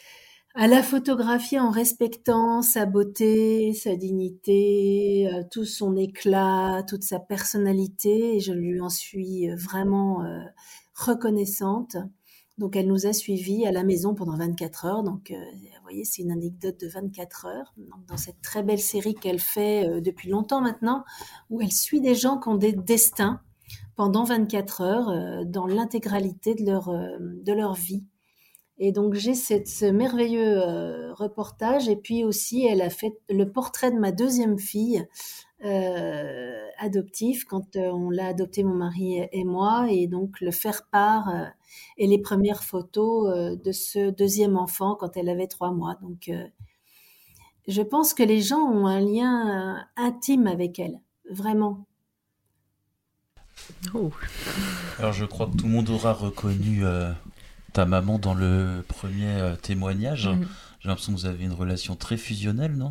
à la photographier en respectant sa beauté, sa dignité, euh, tout son éclat, toute sa personnalité. Et je lui en suis vraiment euh, reconnaissante. Donc, elle nous a suivis à la maison pendant vingt-quatre heures. Donc, euh, vous voyez, c'est une anecdote de vingt-quatre heures. Donc, dans cette très belle série qu'elle fait euh, depuis longtemps maintenant, où elle suit des gens qui ont des destins pendant vingt-quatre heures euh, dans l'intégralité de leur, euh, de leur vie. Et donc, j'ai cette, ce merveilleux euh, reportage. Et puis aussi, elle a fait le portrait de ma deuxième fille, Euh, adoptif quand euh, on l'a adopté mon mari et, et moi, et donc le faire part euh, et les premières photos euh, de ce deuxième enfant quand elle avait trois mois. Donc euh, je pense que les gens ont un lien euh, intime avec elle, vraiment. Oh. Alors je crois que tout le monde aura reconnu euh, ta maman dans le premier euh, témoignage. Mmh. J'ai l'impression que vous avez une relation très fusionnelle, non ?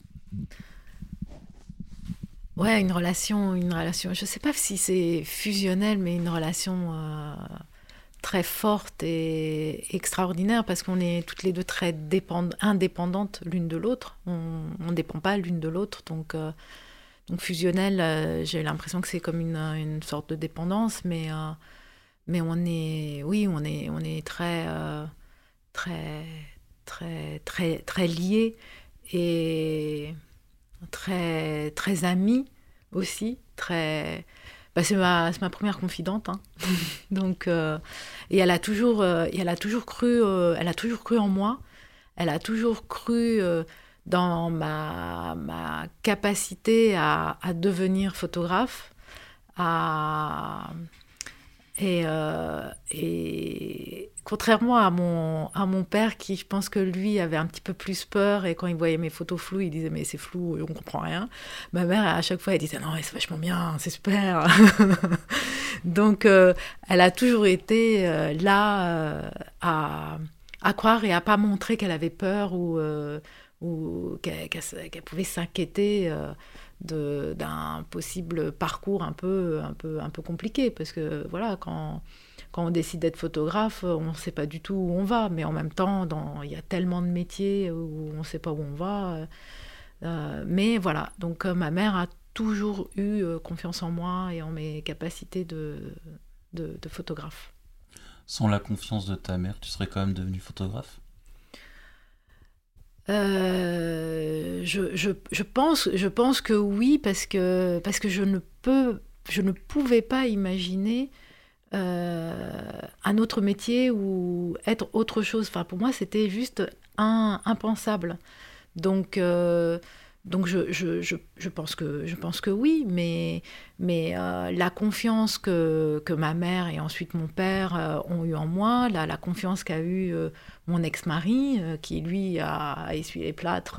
Ouais, une relation, une relation, je sais pas si c'est fusionnel, mais une relation euh, très forte et extraordinaire parce qu'on est toutes les deux très dépend- indépendantes l'une de l'autre. On ne dépend pas l'une de l'autre, donc, euh, donc fusionnel, euh, j'ai l'impression que c'est comme une, une sorte de dépendance, mais, euh, mais on est, oui, on est, on est très, euh, très, très, très, très liés et très, très amie aussi, très... Bah, c'est, ma, c'est ma première confidente, hein. Donc, euh, et elle a toujours, euh, et elle a toujours cru, euh, elle a toujours cru en moi, elle a toujours cru euh, dans ma, ma capacité à, à devenir photographe, à... Et, euh, et contrairement à mon, à mon père qui, je pense que lui, avait un petit peu plus peur et quand il voyait mes photos floues, il disait « mais c'est flou, on comprend rien ». Ma mère, à chaque fois, elle disait « non, mais c'est vachement bien, c'est super ». Donc, euh, elle a toujours été euh, là euh, à, à croire et à pas montrer qu'elle avait peur ou, euh, ou qu'elle, qu'elle, qu'elle pouvait s'inquiéter euh, De, d'un possible parcours un peu, un peu, un peu compliqué parce que voilà, quand, quand on décide d'être photographe, on ne sait pas du tout où on va, mais en même temps, il y a tellement de métiers où on ne sait pas où on va. Euh, mais voilà, donc euh, ma mère a toujours eu euh, confiance en moi et en mes capacités de, de, de photographe. Sans la confiance de ta mère, tu serais quand même devenue photographe ? Euh, je, je, je, pense, je pense que oui, parce que, parce que je, ne peux, je ne pouvais pas imaginer euh, un autre métier ou être autre chose. Enfin, pour moi, c'était juste un, impensable. Donc, euh, donc je, je, je, je, pense que, je pense que oui, mais, mais euh, la confiance que, que ma mère et ensuite mon père euh, ont eue en moi, la, la confiance qu'a eue euh, mon ex-mari, euh, qui lui a essuyé les plâtres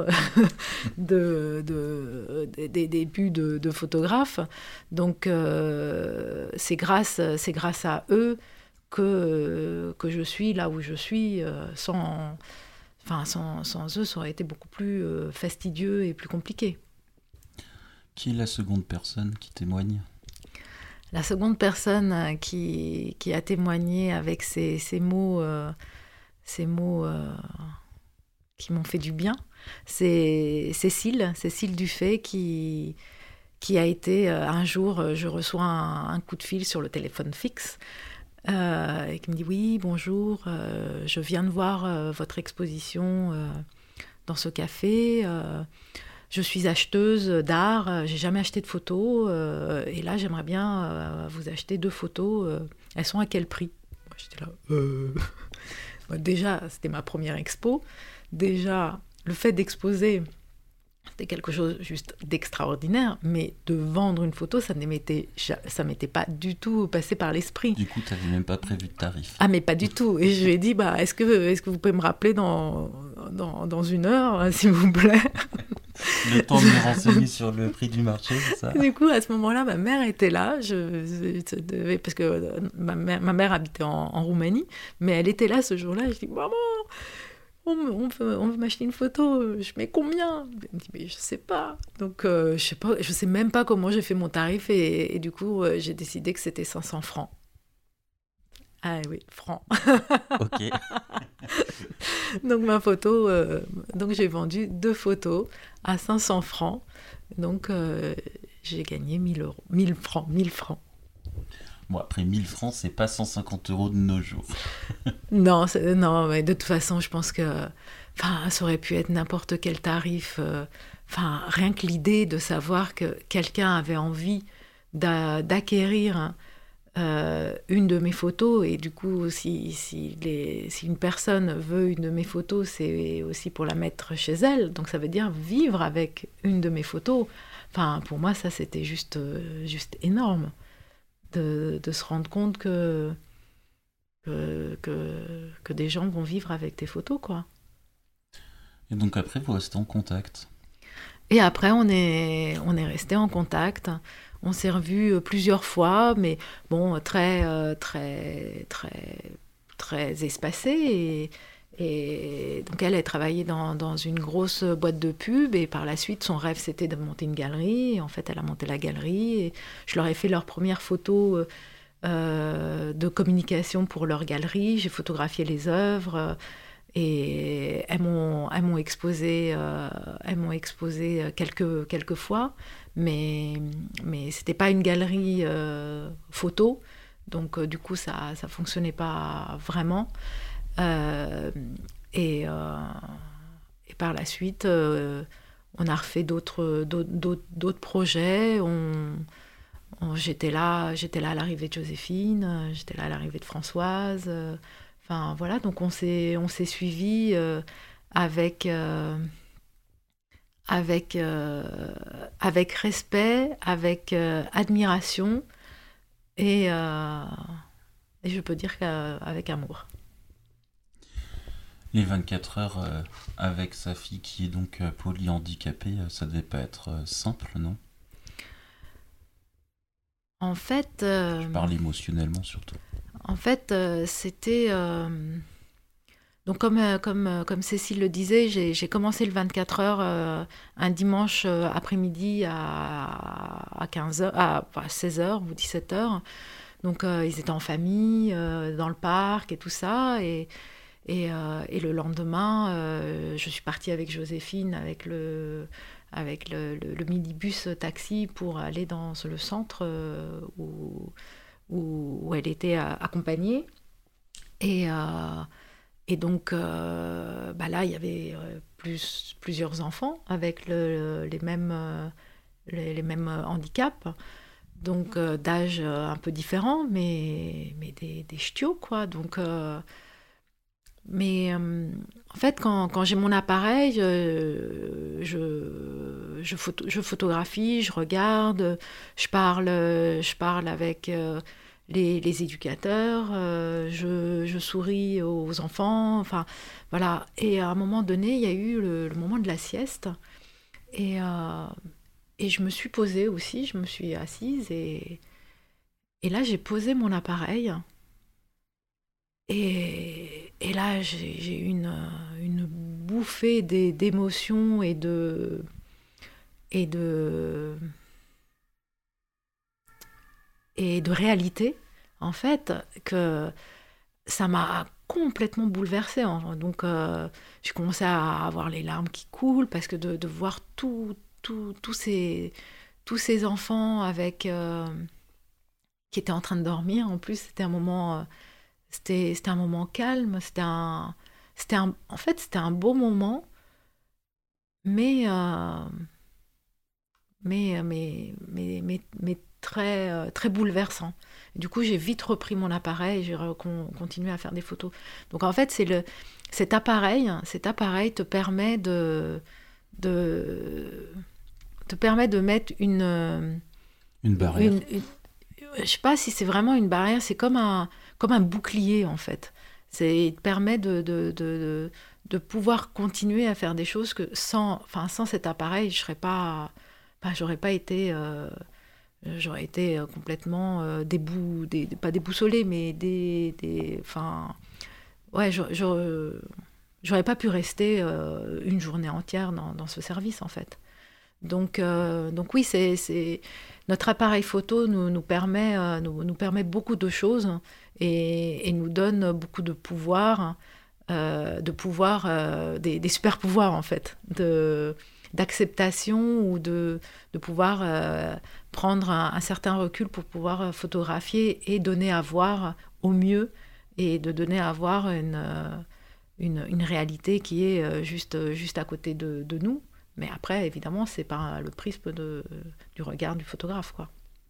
de, de, de, des débuts de, de photographe, donc euh, c'est, grâce, c'est grâce à eux que, que je suis là où je suis, euh, sans... Enfin, sans, sans eux, ça aurait été beaucoup plus euh, fastidieux et plus compliqué. Qui est la seconde personne qui témoigne ? La seconde personne qui, qui a témoigné avec ces, ces mots, euh, ces mots euh, qui m'ont fait du bien, c'est Cécile, Cécile Dufay, qui, qui a été, euh, un jour, je reçois un, un coup de fil sur le téléphone fixe, Euh, et qui me dit oui, bonjour, euh, je viens de voir euh, votre exposition euh, dans ce café, euh, je suis acheteuse d'art, euh, j'ai jamais acheté de photos, euh, et là j'aimerais bien euh, vous acheter deux photos, euh, elles sont à quel prix ? Moi, j'étais là, euh... déjà c'était ma première expo, déjà le fait d'exposer, c'était quelque chose juste d'extraordinaire, mais de vendre une photo, ça ne m'était, ça m'était pas du tout passé par l'esprit. Du coup, tu n'avais même pas prévu de tarif. Ah, mais pas du tout. Et je lui ai dit, bah, est-ce que, est-ce que vous pouvez me rappeler dans, dans, dans une heure, s'il vous plaît ? Le temps de me renseigner sur le prix du marché, c'est ça ? Du coup, à ce moment-là, ma mère était là, je, je devais, parce que ma mère, ma mère habitait en, en Roumanie, mais elle était là ce jour-là, et je dis, maman, On, me, on, veut, on veut m'acheter une photo, je mets combien ? Elle me dit, mais je sais pas. Donc, euh, je sais pas, je sais même pas comment j'ai fait mon tarif, et, et du coup, euh, j'ai décidé que c'était cinq cents francs. Ah oui, francs. Ok. Donc, ma photo, euh, donc j'ai vendu deux photos à cinq cents francs. Donc, euh, j'ai gagné mille euros, mille francs, mille francs. Bon, après mille francs, c'est pas cent cinquante euros de nos jours. Non, non, mais de toute façon, je pense que enfin, ça aurait pu être n'importe quel tarif. Euh, enfin, rien que l'idée de savoir que quelqu'un avait envie d'a, d'acquérir euh, une de mes photos, et du coup, si, si, les, si une personne veut une de mes photos, c'est aussi pour la mettre chez elle. Donc, ça veut dire vivre avec une de mes photos. Enfin, pour moi, ça, c'était juste, juste énorme. De, de se rendre compte que, que, que, que des gens vont vivre avec tes photos, quoi. Et donc après, vous restez en contact ? Et après, on est, on est resté en contact. On s'est revus plusieurs fois, mais bon, très, très, très, très espacé. Et, et donc, elle a travaillé dans, dans une grosse boîte de pub, et par la suite, son rêve, c'était de monter une galerie. Et en fait, elle a monté la galerie, et je leur ai fait leurs premières photos euh, de communication pour leur galerie. J'ai photographié les œuvres, et elles m'ont, elles m'ont exposé, euh, elles m'ont exposé quelques, quelques fois, mais, mais c'était pas une galerie euh, photo, donc euh, du coup, ça ne fonctionnait pas vraiment. Euh, et, euh, et par la suite, euh, on a refait d'autres, d'autres, d'autres, d'autres projets. On, on, j'étais là, j'étais là à l'arrivée de Joséphine, j'étais là à l'arrivée de Françoise. Euh, enfin voilà, donc on s'est, on s'est suivis euh, avec, euh, avec, euh, avec respect, avec euh, admiration, et, euh, et je peux dire qu'avec amour. Les vingt-quatre heures euh, avec sa fille qui est donc euh, polyhandicapée, euh, ça devait pas être euh, simple, non ? En fait... Euh, Je parle émotionnellement surtout. En fait, euh, c'était... Euh, donc comme, euh, comme, euh, comme Cécile le disait, j'ai, j'ai commencé le vingt-quatre heures euh, un dimanche euh, après-midi à, à, quinze heures, à, à seize heures ou dix-sept heures. Donc euh, ils étaient en famille, euh, dans le parc et tout ça, et... Et, euh, et le lendemain, euh, je suis partie avec Joséphine, avec le, avec le, le, le minibus taxi pour aller dans le centre euh, où, où, où elle était accompagnée. Et, euh, et donc, euh, bah là, il y avait plus, plusieurs enfants avec le, les, mêmes, les, les mêmes handicaps. Donc, euh, d'âge un peu différent, mais, mais des, des ch'tios, quoi. Donc... Euh, mais euh, en fait, quand, quand j'ai mon appareil, euh, je, je, photo, je photographie, je regarde, je parle, je parle avec euh, les, les éducateurs, euh, je, je souris aux enfants, enfin voilà. Et à un moment donné, il y a eu le, le moment de la sieste. Et, euh, et je me suis posée aussi, je me suis assise et, et là j'ai posé mon appareil et, et là j'ai, j'ai eu une, une bouffée d'é- d'émotions et de, et, de, et de réalité en fait que ça m'a complètement bouleversée. Hein. Donc euh, j'ai commencé à avoir les larmes qui coulent parce que de, de voir tout Tous, tous, ces, tous ces enfants avec, euh, qui étaient en train de dormir. En plus, c'était un moment, euh, c'était, c'était un moment calme. C'était un, c'était un, en fait, c'était un beau moment, mais, euh, mais, mais, mais, mais, mais très, euh, très bouleversant. Du coup, j'ai vite repris mon appareil et j'ai re- con- continué à faire des photos. Donc, en fait, c'est le, cet appareil, cet appareil te permet de... de te permet de mettre une... Une barrière. Une, une, je ne sais pas si c'est vraiment une barrière, c'est comme un, comme un bouclier, en fait. C'est, il te permet de, de, de, de, de pouvoir continuer à faire des choses que sans, enfin, sans cet appareil, je serais pas... Enfin, j'aurais pas été... Euh, j'aurais été complètement euh, débou, des, pas déboussolée, mais des... des enfin, ouais, je, je, j'aurais pas pu rester euh, une journée entière dans, dans ce service, en fait. Donc, euh, donc oui, c'est, c'est... notre appareil photo nous, nous, permet, euh, nous, nous permet beaucoup de choses et, et nous donne beaucoup de pouvoir, euh, de pouvoir euh, des, des super pouvoirs en fait, de, d'acceptation ou de, de pouvoir euh, prendre un, un certain recul pour pouvoir photographier et donner à voir au mieux et de donner à voir une, une, une réalité qui est juste, juste à côté de, de nous. Mais après, évidemment, c'est par le prisme de, du regard du photographe, quoi.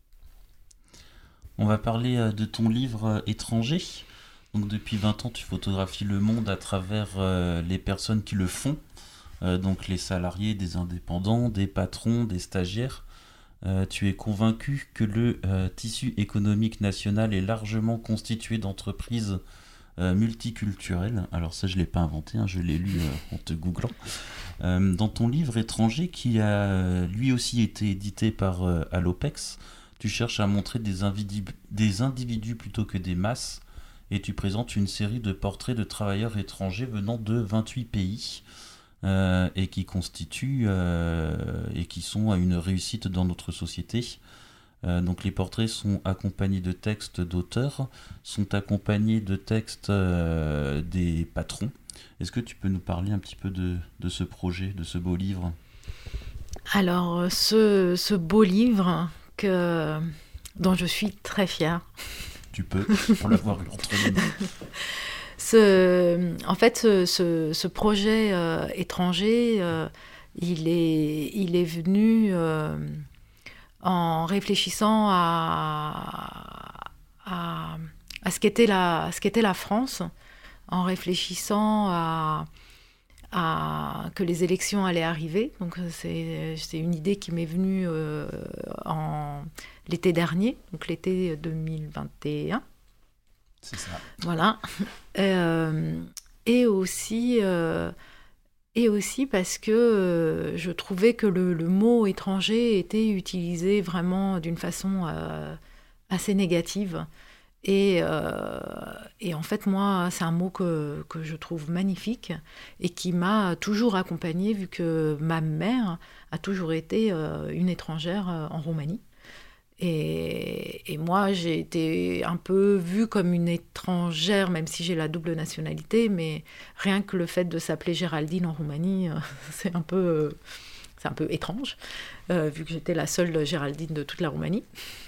On va parler de ton livre Étranger. Donc depuis vingt ans, tu photographies le monde à travers euh, les personnes qui le font. Euh, donc les salariés, des indépendants, des patrons, des stagiaires. Euh, tu es convaincu que le euh, tissu économique national est largement constitué d'entreprises Euh, multiculturel. Alors ça, je ne l'ai pas inventé, hein, je l'ai lu euh, en te googlant. Euh, dans ton livre Étranger, qui a lui aussi été édité par euh, Allopex, tu cherches à montrer des, individu- des individus plutôt que des masses, et tu présentes une série de portraits de travailleurs étrangers venant de vingt-huit pays, euh, et qui constituent euh, et qui sont à une réussite dans notre société. Euh, donc les portraits sont accompagnés de textes d'auteurs, sont accompagnés de textes euh, des patrons. Est-ce que tu peux nous parler un petit peu de, de ce projet, de ce beau livre ? Alors, ce, ce beau livre que, dont je suis très fière. Tu peux, pour l'avoir eu entre les mains. Ce, en fait, ce, ce, ce projet euh, étranger, euh, il, est, il est venu... Euh, en réfléchissant à, à, à, ce qu'était la, ce qu'était la France, en réfléchissant à, à que les élections allaient arriver. Donc c'est, c'est une idée qui m'est venue euh, en l'été dernier, donc l'été deux mille vingt et un. C'est ça. Voilà. Euh, et aussi... Euh, Et aussi parce que euh, je trouvais que le, le mot étranger était utilisé vraiment d'une façon euh, assez négative. Et, euh, et en fait, moi, c'est un mot que, que je trouve magnifique et qui m'a toujours accompagnée, vu que ma mère a toujours été euh, une étrangère euh, en Roumanie. Et, et moi, j'ai été un peu vue comme une étrangère, même si j'ai la double nationalité, mais rien que le fait de s'appeler Géraldine en Roumanie, euh, c'est un peu, euh, c'est un peu étrange, euh, vu que j'étais la seule Géraldine de toute la Roumanie.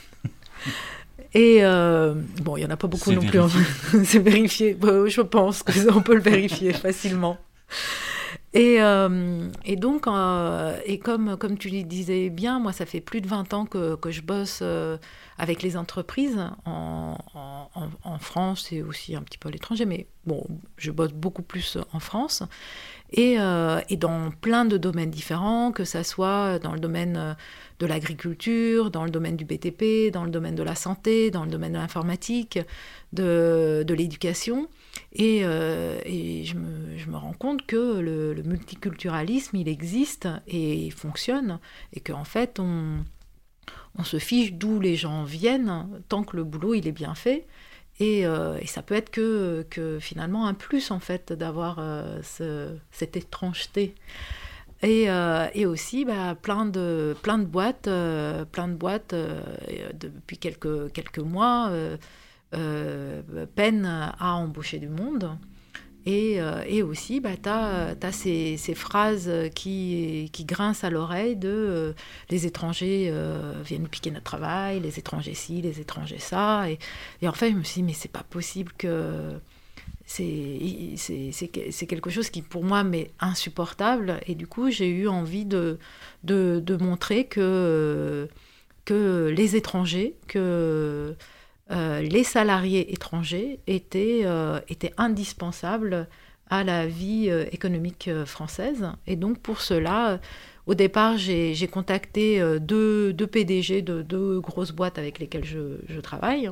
Et euh, bon, il n'y en a pas beaucoup c'est non vérifié. plus. C'est vérifié. Bon, je pense qu'on peut le vérifier facilement. Et, euh, et donc, euh, et comme, comme tu le disais bien, moi, ça fait plus de vingt ans que, que je bosse euh, avec les entreprises en, en, en en, en France et aussi un petit peu à l'étranger, mais bon, je bosse beaucoup plus en France. Et, euh, et dans plein de domaines différents, que ça soit dans le domaine de l'agriculture, dans le domaine du B T P, dans le domaine de la santé, dans le domaine de l'informatique, de, de l'éducation. Et, euh, et je, me, je me rends compte que le, le multiculturalisme, il existe et il fonctionne, et qu'en fait, on, on se fiche d'où les gens viennent, tant que le boulot, il est bien fait. Et, euh, et ça peut être que, que finalement un plus, en fait, d'avoir euh, ce, cette étrangeté. Et, euh, et aussi, bah, plein, de, plein de boîtes, euh, plein de boîtes euh, depuis quelques, quelques mois euh, euh, peinent à embaucher du monde. Et, euh, et aussi, bah, tu as ces, ces phrases qui, qui grincent à l'oreille de euh, les étrangers euh, viennent nous piquer notre travail, les étrangers ci, les étrangers ça. Et, et en fait, je me suis dit, mais c'est pas possible que... C'est, c'est, c'est, c'est quelque chose qui, pour moi, m'est insupportable. Et du coup, j'ai eu envie de, de, de montrer que, que les étrangers, que... Euh, les salariés étrangers étaient, euh, étaient indispensables à la vie euh, économique euh, française. Et donc pour cela, euh, au départ, j'ai, j'ai contacté euh, deux, deux P D G de deux grosses boîtes avec lesquelles je, je travaille.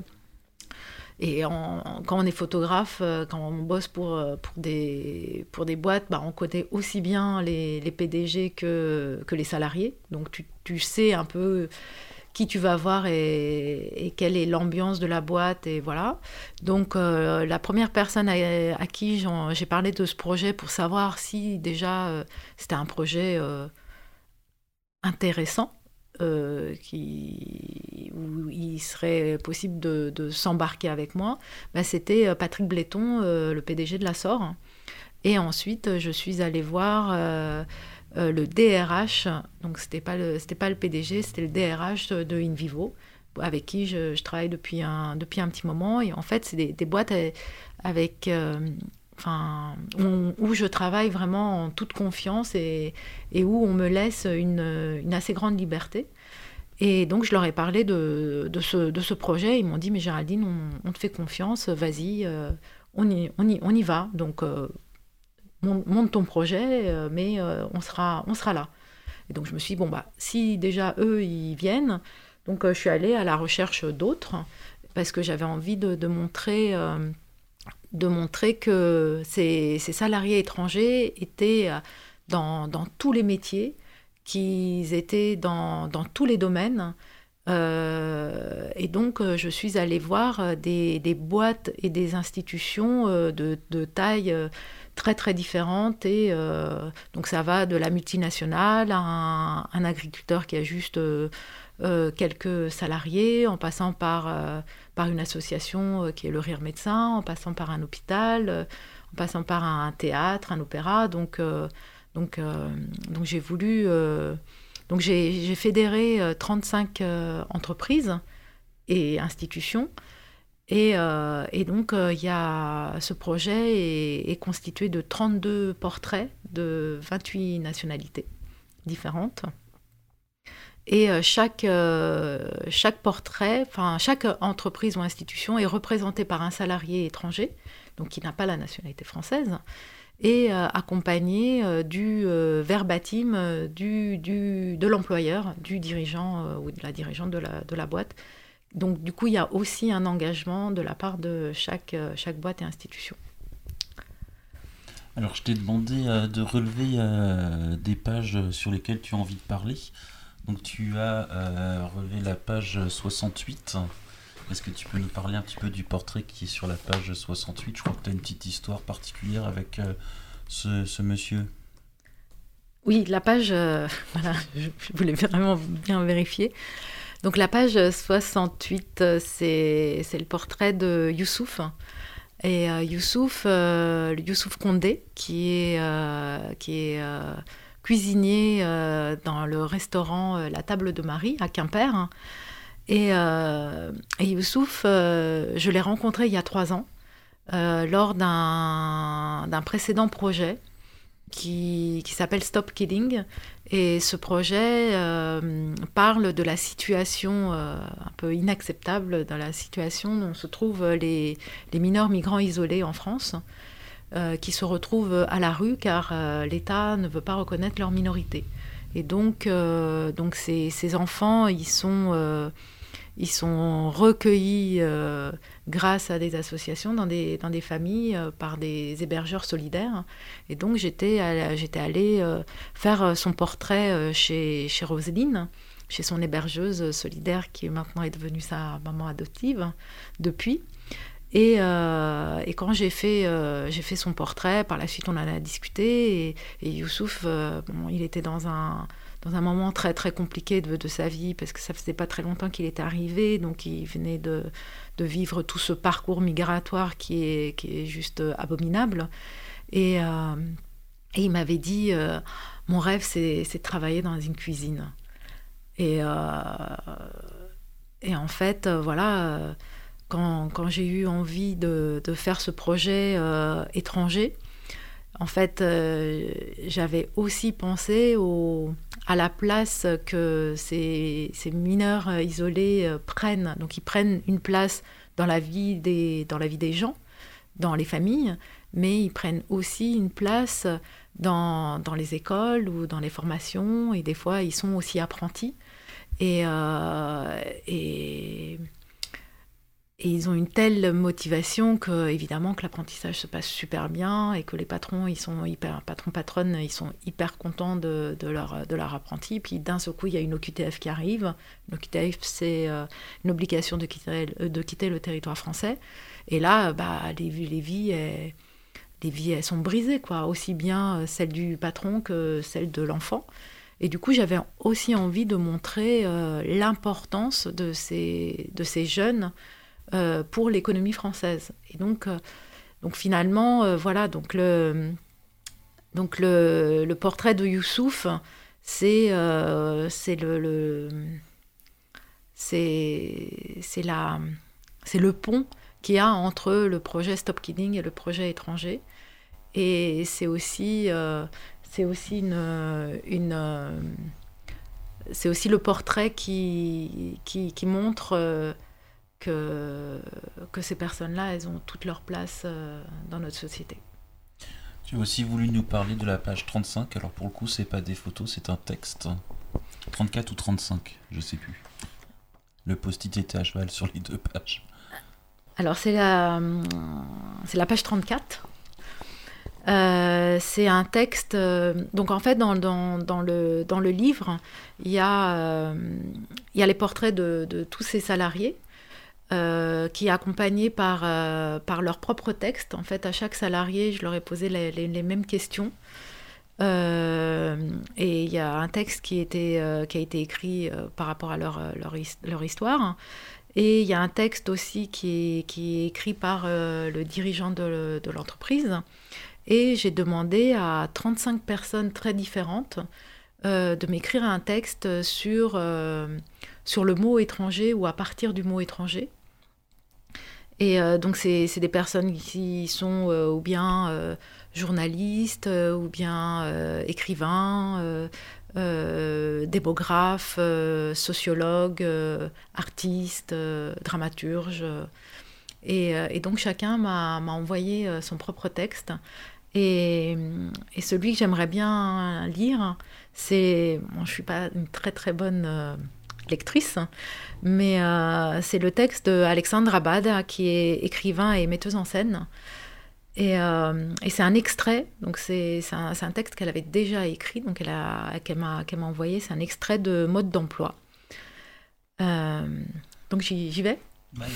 Et en, quand on est photographe, euh, quand on bosse pour, pour, des, pour des boîtes, bah, on connaît aussi bien les, les P D G que, que les salariés. Donc tu, tu sais un peu... qui tu vas voir et, et quelle est l'ambiance de la boîte, et voilà. Donc, euh, la première personne à, à qui j'ai parlé de ce projet pour savoir si déjà euh, c'était un projet euh, intéressant, euh, qui, où il serait possible de, de s'embarquer avec moi, bah, c'était Patrick Bléton, euh, le P D G de la S O R. Et ensuite, je suis allée voir... Euh, Euh, le D R H, donc c'était pas le, c'était pas le P D G, c'était le D R H de, de InVivo, avec qui je, je travaille depuis un, depuis un petit moment. Et en fait, c'est des, des boîtes avec, euh, enfin, où, où je travaille vraiment en toute confiance et, et où on me laisse une, une assez grande liberté. Et donc, je leur ai parlé de, de, ce, de ce projet. Ils m'ont dit, mais Géraldine, on, on te fait confiance, vas-y, euh, on, y, on, y, on y va. Donc, euh, monte ton projet, euh, mais euh, on, sera, on sera là. Et donc je me suis dit, bon, bah, si déjà eux, ils viennent, donc euh, je suis allée à la recherche d'autres, parce que j'avais envie de, de, montrer, euh, de montrer que ces, ces salariés étrangers étaient dans, dans tous les métiers, qu'ils étaient dans, dans tous les domaines. Euh, et donc, euh, je suis allée voir des, des boîtes et des institutions euh, de, de taille euh, très très différentes. Et euh, donc, ça va de la multinationale à un, un agriculteur qui a juste euh, euh, quelques salariés, en passant par, euh, par une association euh, qui est le Rire Médecin, en passant par un hôpital, euh, en passant par un théâtre, un opéra. Donc, euh, donc, euh, donc j'ai voulu... Euh, Donc j'ai, j'ai fédéré euh, trente-cinq euh, entreprises et institutions. Et, euh, et donc il euh, y a, ce projet est, est constitué de trente-deux portraits de vingt-huit nationalités différentes. Et euh, chaque, euh, chaque portrait, enfin chaque entreprise ou institution est représentée par un salarié étranger, donc qui n'a pas la nationalité française, et euh, accompagné euh, du euh, verbatim euh, du, du, de l'employeur, du dirigeant euh, ou de la dirigeante de la, de la boîte. Donc du coup, il y a aussi un engagement de la part de chaque, euh, chaque boîte et institution. Alors je t'ai demandé euh, de relever euh, des pages sur lesquelles tu as envie de parler. Donc tu as euh, relevé la page soixante-huit. Est-ce que tu peux nous parler un petit peu du portrait qui est sur la page soixante-huit ? Je crois que tu as une petite histoire particulière avec euh, ce, ce monsieur. Oui, la page, euh, voilà, je, je voulais vraiment bien vérifier. Donc la page soixante-huit, c'est, c'est le portrait de Youssouf. Et euh, Youssouf, euh, Youssouf Condé, qui est, euh, qui est euh, cuisinier euh, dans le restaurant euh, La Table de Marie à Quimper. Hein. Et, euh, et Youssouf, euh, je l'ai rencontré il y a trois ans, euh, lors d'un, d'un précédent projet qui, qui s'appelle Stop Kidding. Et ce projet euh, parle de la situation euh, un peu inacceptable, de la situation dont se trouvent les, les mineurs migrants isolés en France, euh, qui se retrouvent à la rue car euh, l'État ne veut pas reconnaître leur minorité. Et donc, euh, donc ces, ces enfants, ils sont... Euh, Ils sont recueillis euh, grâce à des associations dans des, dans des familles euh, par des hébergeurs solidaires. Et donc, j'étais, à, j'étais allée euh, faire son portrait euh, chez, chez Roselyne, chez son hébergeuse solidaire qui maintenant est devenue sa maman adoptive depuis. Et, euh, et quand j'ai fait, euh, j'ai fait son portrait, par la suite, on en a discuté. Et, et Youssouf, euh, bon, il était dans un... dans un moment très très compliqué de, de sa vie, parce que ça faisait pas très longtemps qu'il était arrivé, donc il venait de, de vivre tout ce parcours migratoire qui est, qui est juste abominable. Et, euh, et il m'avait dit, euh, mon rêve c'est, c'est de travailler dans une cuisine. Et, euh, et en fait, euh, voilà, quand, quand j'ai eu envie de, de faire ce projet euh, étranger, en fait, euh, j'avais aussi pensé au, à la place que ces, ces mineurs isolés euh, prennent. Donc, ils prennent une place dans la vie des, dans la vie des gens, dans les familles, mais ils prennent aussi une place dans, dans les écoles ou dans les formations. Et des fois, ils sont aussi apprentis. Et... Euh, et Et ils ont une telle motivation que, évidemment, que l'apprentissage se passe super bien et que les patrons, ils sont hyper, patrons, patronnes, ils sont hyper contents de, de, leur, de leur apprenti. Puis d'un seul coup, il y a une O Q T F qui arrive. L'O Q T F, c'est euh, une obligation de quitter, de quitter le territoire français. Et là, bah, les, les, vies, elles, les vies, elles sont brisées, quoi. Aussi bien celle du patron que celle de l'enfant. Et du coup, j'avais aussi envie de montrer euh, l'importance de ces, de ces jeunes Euh, pour l'économie française. Et donc, euh, donc finalement, euh, voilà, donc le, donc le, le portrait de Youssouf, c'est, euh, c'est, le, le, c'est, c'est, la, c'est le pont qu'il y a entre le projet Stop Kidding et le projet étranger. Et c'est aussi, euh, c'est aussi, une, une, euh, c'est aussi le portrait qui, qui, qui montre... Euh, Que, que ces personnes-là, elles ont toute leur place euh, dans notre société. Tu as aussi voulu nous parler de la page trente-cinq, alors pour le coup, c'est pas des photos, c'est un texte. trente-quatre ou trente-cinq, je sais plus. Le post-it était à cheval sur les deux pages. Alors, c'est la, c'est la page trente-quatre. Euh, c'est un texte... Euh, donc, en fait, dans, dans, dans, le, dans le livre, il y a, euh, il y a les portraits de, de tous ces salariés, Euh, qui est accompagné par, euh, par leur propre texte. En fait, à chaque salarié, je leur ai posé les, les, les mêmes questions. Euh, et il y a un texte qui, était, euh, qui a été écrit euh, par rapport à leur, leur, leur histoire. Et il y a un texte aussi qui est, qui est écrit par euh, le dirigeant de, de l'entreprise. Et j'ai demandé à trente-cinq personnes très différentes euh, de m'écrire un texte sur... Euh, sur le mot étranger ou à partir du mot étranger. Et euh, donc, c'est, c'est des personnes qui sont euh, ou bien euh, journalistes, euh, ou bien euh, écrivains, euh, euh, démographes, euh, sociologues, euh, artistes, euh, dramaturges. Euh, et, euh, et donc, chacun m'a, m'a envoyé euh, son propre texte. Et, et celui que j'aimerais bien lire, c'est... Bon, je ne suis pas une très très bonne... Euh, lectrice, mais euh, c'est le texte d'Alexandre Abad, qui est écrivain et metteuse en scène. Et, euh, et c'est un extrait, donc c'est, c'est, un, c'est un texte qu'elle avait déjà écrit, donc elle a, qu'elle, m'a, qu'elle m'a envoyé, c'est un extrait de Mode d'emploi. Euh, donc j'y, j'y vais. Ouais.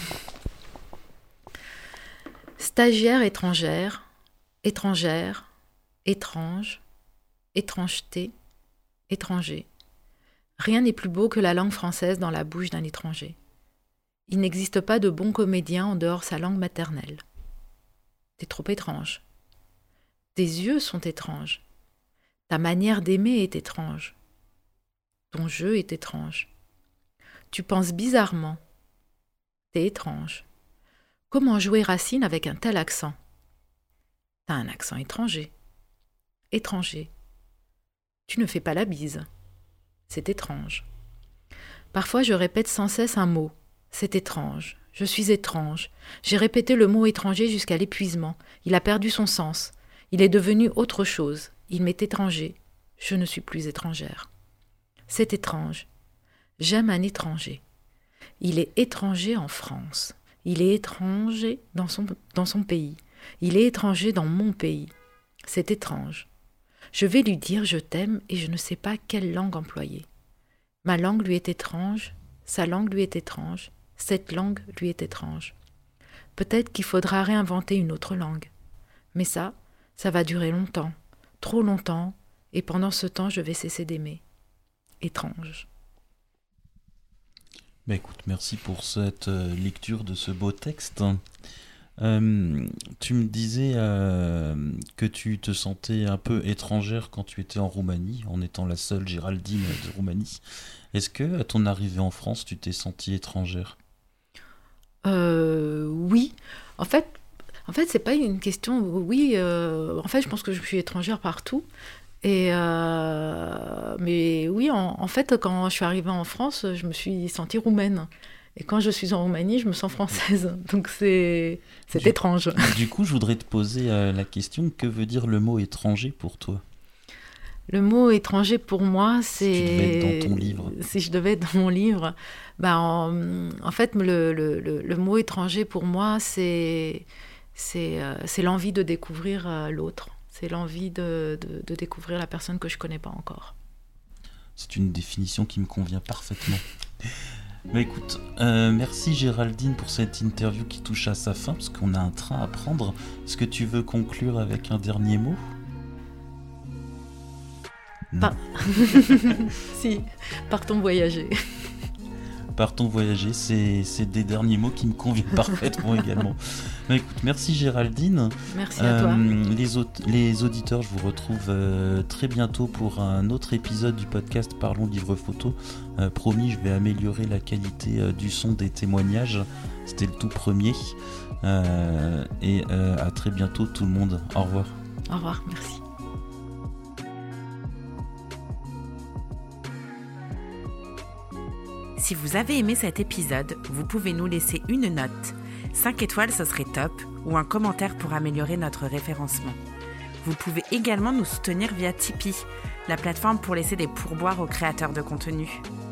Stagiaire étrangère, étrangère, étrange, étrangeté, étranger. Rien n'est plus beau que la langue française dans la bouche d'un étranger. Il n'existe pas de bon comédien en dehors sa langue maternelle. T'es trop étrange. Tes yeux sont étranges. Ta manière d'aimer est étrange. Ton jeu est étrange. Tu penses bizarrement. T'es étrange. Comment jouer Racine avec un tel accent ? T'as un accent étranger. étranger. Tu ne fais pas la bise. C'est étrange. Parfois, je répète sans cesse un mot. C'est étrange. Je suis étrange. J'ai répété le mot étranger jusqu'à l'épuisement. Il a perdu son sens. Il est devenu autre chose. Il m'est étranger. Je ne suis plus étrangère. C'est étrange. J'aime un étranger. Il est étranger en France. Il est étranger dans son, dans son pays. Il est étranger dans mon pays. C'est étrange. Je vais lui dire je t'aime et je ne sais pas quelle langue employer. Ma langue lui est étrange, sa langue lui est étrange, cette langue lui est étrange. Peut-être qu'il faudra réinventer une autre langue. Mais ça, ça va durer longtemps, trop longtemps, et pendant ce temps, je vais cesser d'aimer. Étrange. Bah écoute, merci pour cette euh, lecture de ce beau texte. Euh, tu me disais euh, que tu te sentais un peu étrangère quand tu étais en Roumanie, en étant la seule Géraldine de Roumanie. Est-ce que, à ton arrivée en France, tu t'es sentie étrangère ? euh, Oui. En fait, en fait, c'est pas une question... Oui, euh, en fait, je pense que je suis étrangère partout. Et euh, mais oui, en, en fait, quand je suis arrivée en France, je me suis sentie roumaine. Et quand je suis en Roumanie, je me sens française. Donc c'est, c'est du, étrange. Du coup, je voudrais te poser euh, la question, que veut dire le mot étranger pour toi ? Le mot étranger pour moi, c'est... Si tu devais être dans ton livre. Si je devais être dans mon livre, bah en, en fait, le, le, le, le mot étranger pour moi, c'est, c'est, euh, c'est l'envie de découvrir euh, l'autre. C'est l'envie de, de, de découvrir la personne que je ne connais pas encore. C'est une définition qui me convient parfaitement. Mais écoute, euh, merci Géraldine pour cette interview qui touche à sa fin, parce qu'on a un train à prendre. Est-ce que tu veux conclure avec un dernier mot ? Non. Pas. Si, partons voyager. Partons voyager, c'est, c'est des derniers mots qui me conviennent parfaitement également. Mais écoute, merci Géraldine. Merci à euh, toi. Les, autres, les auditeurs, je vous retrouve euh, très bientôt pour un autre épisode du podcast Parlons Livre Photo. Euh, promis, je vais améliorer la qualité euh, du son des témoignages. C'était le tout premier. Euh, et euh, à très bientôt tout le monde. Au revoir. Au revoir, merci. Si vous avez aimé cet épisode, vous pouvez nous laisser une note. cinq étoiles, ce serait top, ou un commentaire pour améliorer notre référencement. Vous pouvez également nous soutenir via Tipeee, la plateforme pour laisser des pourboires aux créateurs de contenu.